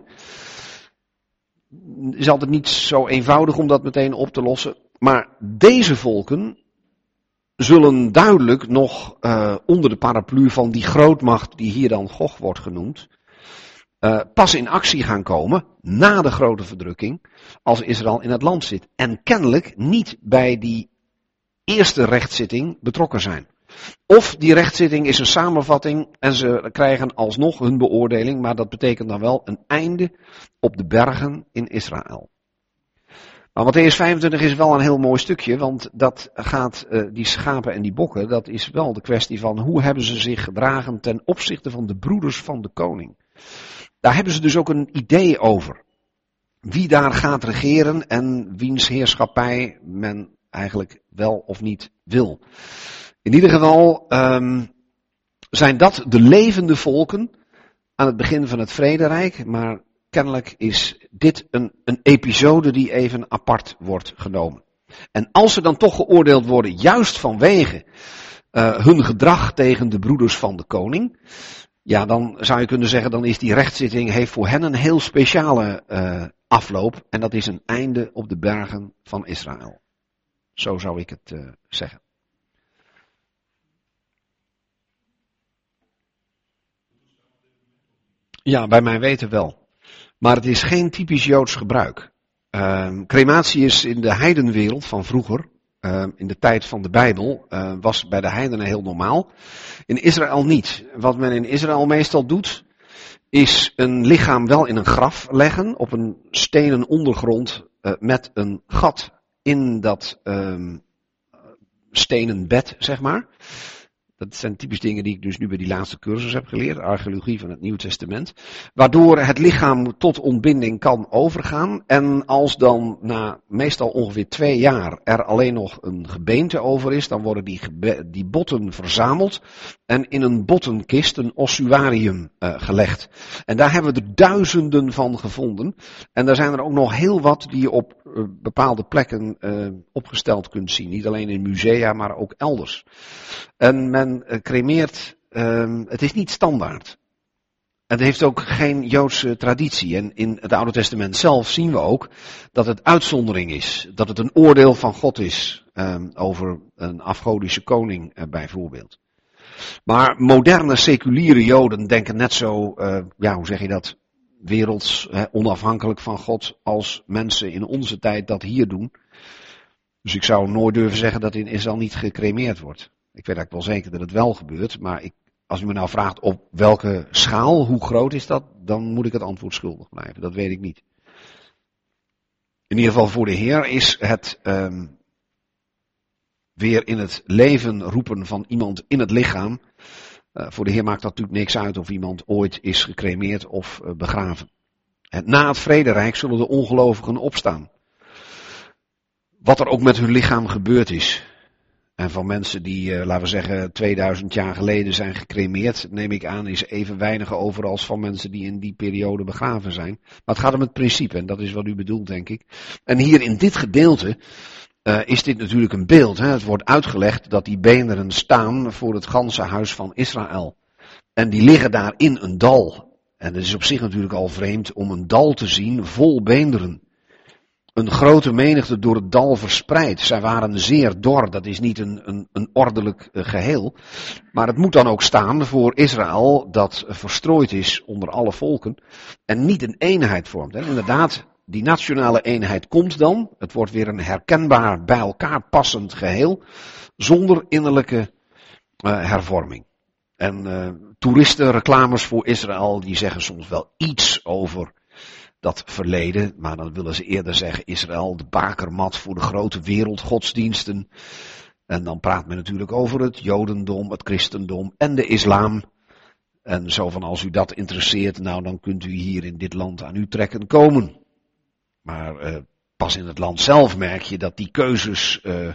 Het is altijd niet zo eenvoudig om dat meteen op te lossen, maar deze volken zullen duidelijk nog uh, onder de paraplu van die grootmacht die hier dan Gog wordt genoemd, uh, pas in actie gaan komen na de grote verdrukking als Israël in het land zit. En kennelijk niet bij die eerste rechtszitting betrokken zijn. Of die rechtszitting is een samenvatting en ze krijgen alsnog hun beoordeling, maar dat betekent dan wel een einde op de bergen in Israël. Maar Matthäus vijfentwintig is wel een heel mooi stukje, want dat gaat, uh, die schapen en die bokken, dat is wel de kwestie van hoe hebben ze zich gedragen ten opzichte van de broeders van de koning. Daar hebben ze dus ook een idee over. Wie daar gaat regeren en wiens heerschappij men eigenlijk wel of niet wil. In ieder geval um, zijn dat de levende volken aan het begin van het Vrederijk, maar kennelijk is dit een, een episode die even apart wordt genomen. En als ze dan toch geoordeeld worden, juist vanwege uh, hun gedrag tegen de broeders van de koning, ja, dan zou je kunnen zeggen, dan is die rechtszitting, heeft voor hen een heel speciale uh, afloop. En dat is een einde op de bergen van Israël. Zo zou ik het uh, zeggen. Ja, bij mijn weten wel. Maar het is geen typisch Joods gebruik. Uh, crematie is in de heidenwereld van vroeger, uh, in de tijd van de Bijbel, uh, was bij de heidenen heel normaal. In Israël niet. Wat men in Israël meestal doet, is een lichaam wel in een graf leggen, op een stenen ondergrond, uh, met een gat in dat um, stenen bed, zeg maar. Dat zijn typisch dingen die ik dus nu bij die laatste cursus heb geleerd, archeologie van het Nieuw Testament. Waardoor het lichaam tot ontbinding kan overgaan. En als dan na meestal ongeveer twee jaar er alleen nog een gebeente over is, dan worden die, gebe- die botten verzameld en in een bottenkist, een ossuarium, uh, gelegd. En daar hebben we er duizenden van gevonden. En daar zijn er ook nog heel wat die je op uh, bepaalde plekken uh, opgesteld kunt zien. Niet alleen in musea, maar ook elders. En men uh, cremeert, uh, het is niet standaard. Het heeft ook geen Joodse traditie. En in het Oude Testament zelf zien we ook dat het uitzondering is. Dat het een oordeel van God is uh, over een afgodische koning uh, bijvoorbeeld. Maar moderne seculiere Joden denken net zo, uh, ja hoe zeg je dat, werelds, hè, onafhankelijk van God als mensen in onze tijd dat hier doen. Dus ik zou nooit durven zeggen dat in Israël niet gecremeerd wordt. Ik weet eigenlijk wel zeker dat het wel gebeurt, maar ik, als u me nou vraagt op welke schaal, hoe groot is dat, dan moet ik het antwoord schuldig blijven. Dat weet ik niet. In ieder geval voor de Heer is het um, weer in het leven roepen van iemand in het lichaam. Uh, voor de Heer maakt dat natuurlijk niks uit of iemand ooit is gecremeerd of uh, begraven. En na het vrederijk zullen de ongelovigen opstaan. Wat er ook met hun lichaam gebeurd is. En van mensen die, uh, laten we zeggen, tweeduizend jaar geleden zijn gecremeerd, neem ik aan, is even weinig over als van mensen die in die periode begraven zijn. Maar het gaat om het principe, en dat is wat u bedoelt, denk ik. En hier in dit gedeelte uh, is dit natuurlijk een beeld. Hè? Het wordt uitgelegd dat die beenderen staan voor het ganse huis van Israël. En die liggen daar in een dal. En het is op zich natuurlijk al vreemd om een dal te zien vol beenderen. Een grote menigte door het dal verspreid. Zij waren zeer dor, dat is niet een, een, een ordelijk uh, geheel. Maar het moet dan ook staan voor Israël dat verstrooid is onder alle volken. En niet een eenheid vormt. En inderdaad, die nationale eenheid komt dan. Het wordt weer een herkenbaar bij elkaar passend geheel. Zonder innerlijke uh, hervorming. En uh, toeristen, reclames voor Israël, die zeggen soms wel iets over dat verleden, maar dan willen ze eerder zeggen Israël, de bakermat voor de grote wereldgodsdiensten. En dan praat men natuurlijk over het Jodendom, het Christendom en de islam. En zo van als u dat interesseert, nou dan kunt u hier in dit land aan uw trekken komen. Maar uh, pas in het land zelf merk je dat die keuzes, uh,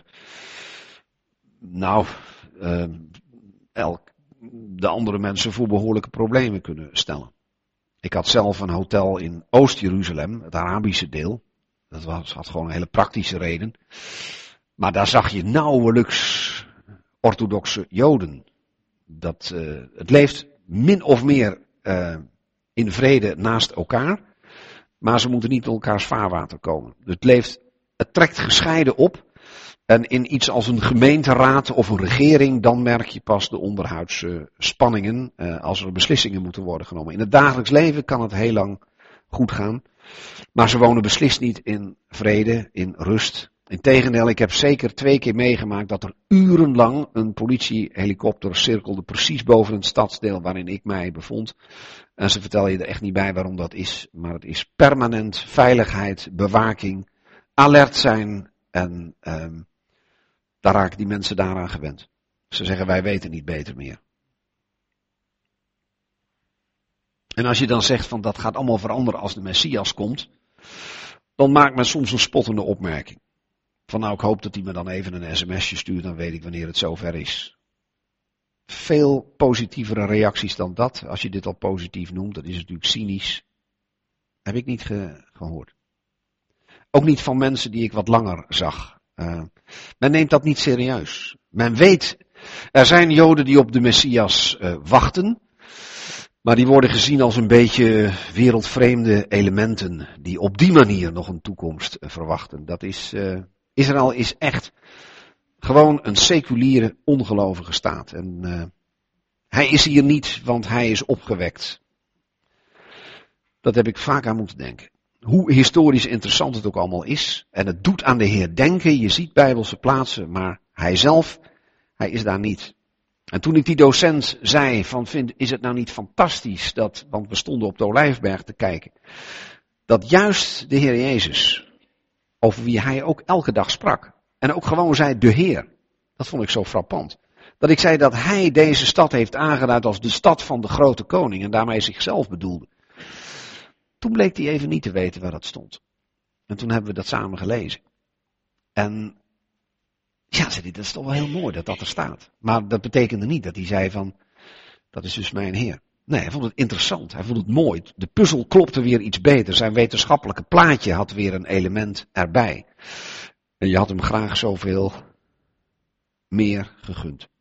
nou, uh, elk, de andere mensen voor behoorlijke problemen kunnen stellen. Ik had zelf een hotel in Oost-Jeruzalem, het Arabische deel. Dat was, had gewoon een hele praktische reden. Maar daar zag je nauwelijks orthodoxe Joden. Dat, uh, het leeft min of meer uh, in vrede naast elkaar. Maar ze moeten niet in elkaars vaarwater komen. Dus het leeft, het trekt gescheiden op. En in iets als een gemeenteraad of een regering, dan merk je pas de onderhuidse spanningen uh, als er beslissingen moeten worden genomen. In het dagelijks leven kan het heel lang goed gaan. Maar ze wonen beslist niet in vrede, in rust. Integendeel, ik heb zeker twee keer meegemaakt dat er urenlang een politiehelikopter cirkelde precies boven het stadsdeel waarin ik mij bevond. En ze vertellen je er echt niet bij waarom dat is. Maar het is permanent veiligheid, bewaking, alert zijn en um, daar raken die mensen daaraan gewend. Ze zeggen wij weten niet beter meer. En als je dan zegt van dat gaat allemaal veranderen als de Messias komt, dan maakt men soms een spottende opmerking. Van nou ik hoop dat hij me dan even een sms'je stuurt, dan weet ik wanneer het zover is. Veel positievere reacties dan dat, als je dit al positief noemt, dat is natuurlijk cynisch. Heb ik niet ge- gehoord. Ook niet van mensen die ik wat langer zag. Uh, men neemt dat niet serieus. Men weet, er zijn Joden die op de Messias uh, wachten, maar die worden gezien als een beetje wereldvreemde elementen die op die manier nog een toekomst uh, verwachten. Dat is, uh, Israël is echt gewoon een seculiere, ongelovige staat. En uh, hij is hier niet, want hij is opgewekt. Dat heb ik vaak aan moeten denken. Hoe historisch interessant het ook allemaal is. En het doet aan de Heer denken. Je ziet Bijbelse plaatsen, maar hij zelf, hij is daar niet. En toen ik die docent zei van, vind, is het nou niet fantastisch dat, want we stonden op de Olijfberg te kijken, dat juist de Heer Jezus, over wie hij ook elke dag sprak, en ook gewoon zei de Heer, dat vond ik zo frappant. Dat ik zei dat hij deze stad heeft aangeduid als de stad van de grote koning en daarmee zichzelf bedoelde. Toen bleek hij even niet te weten waar dat stond. En toen hebben we dat samen gelezen. En ja, zei hij, dat is toch wel heel mooi dat dat er staat. Maar dat betekende niet dat hij zei van, dat is dus mijn Heer. Nee, hij vond het interessant, hij vond het mooi. De puzzel klopte weer iets beter, zijn wetenschappelijke plaatje had weer een element erbij. En je had hem graag zoveel meer gegund.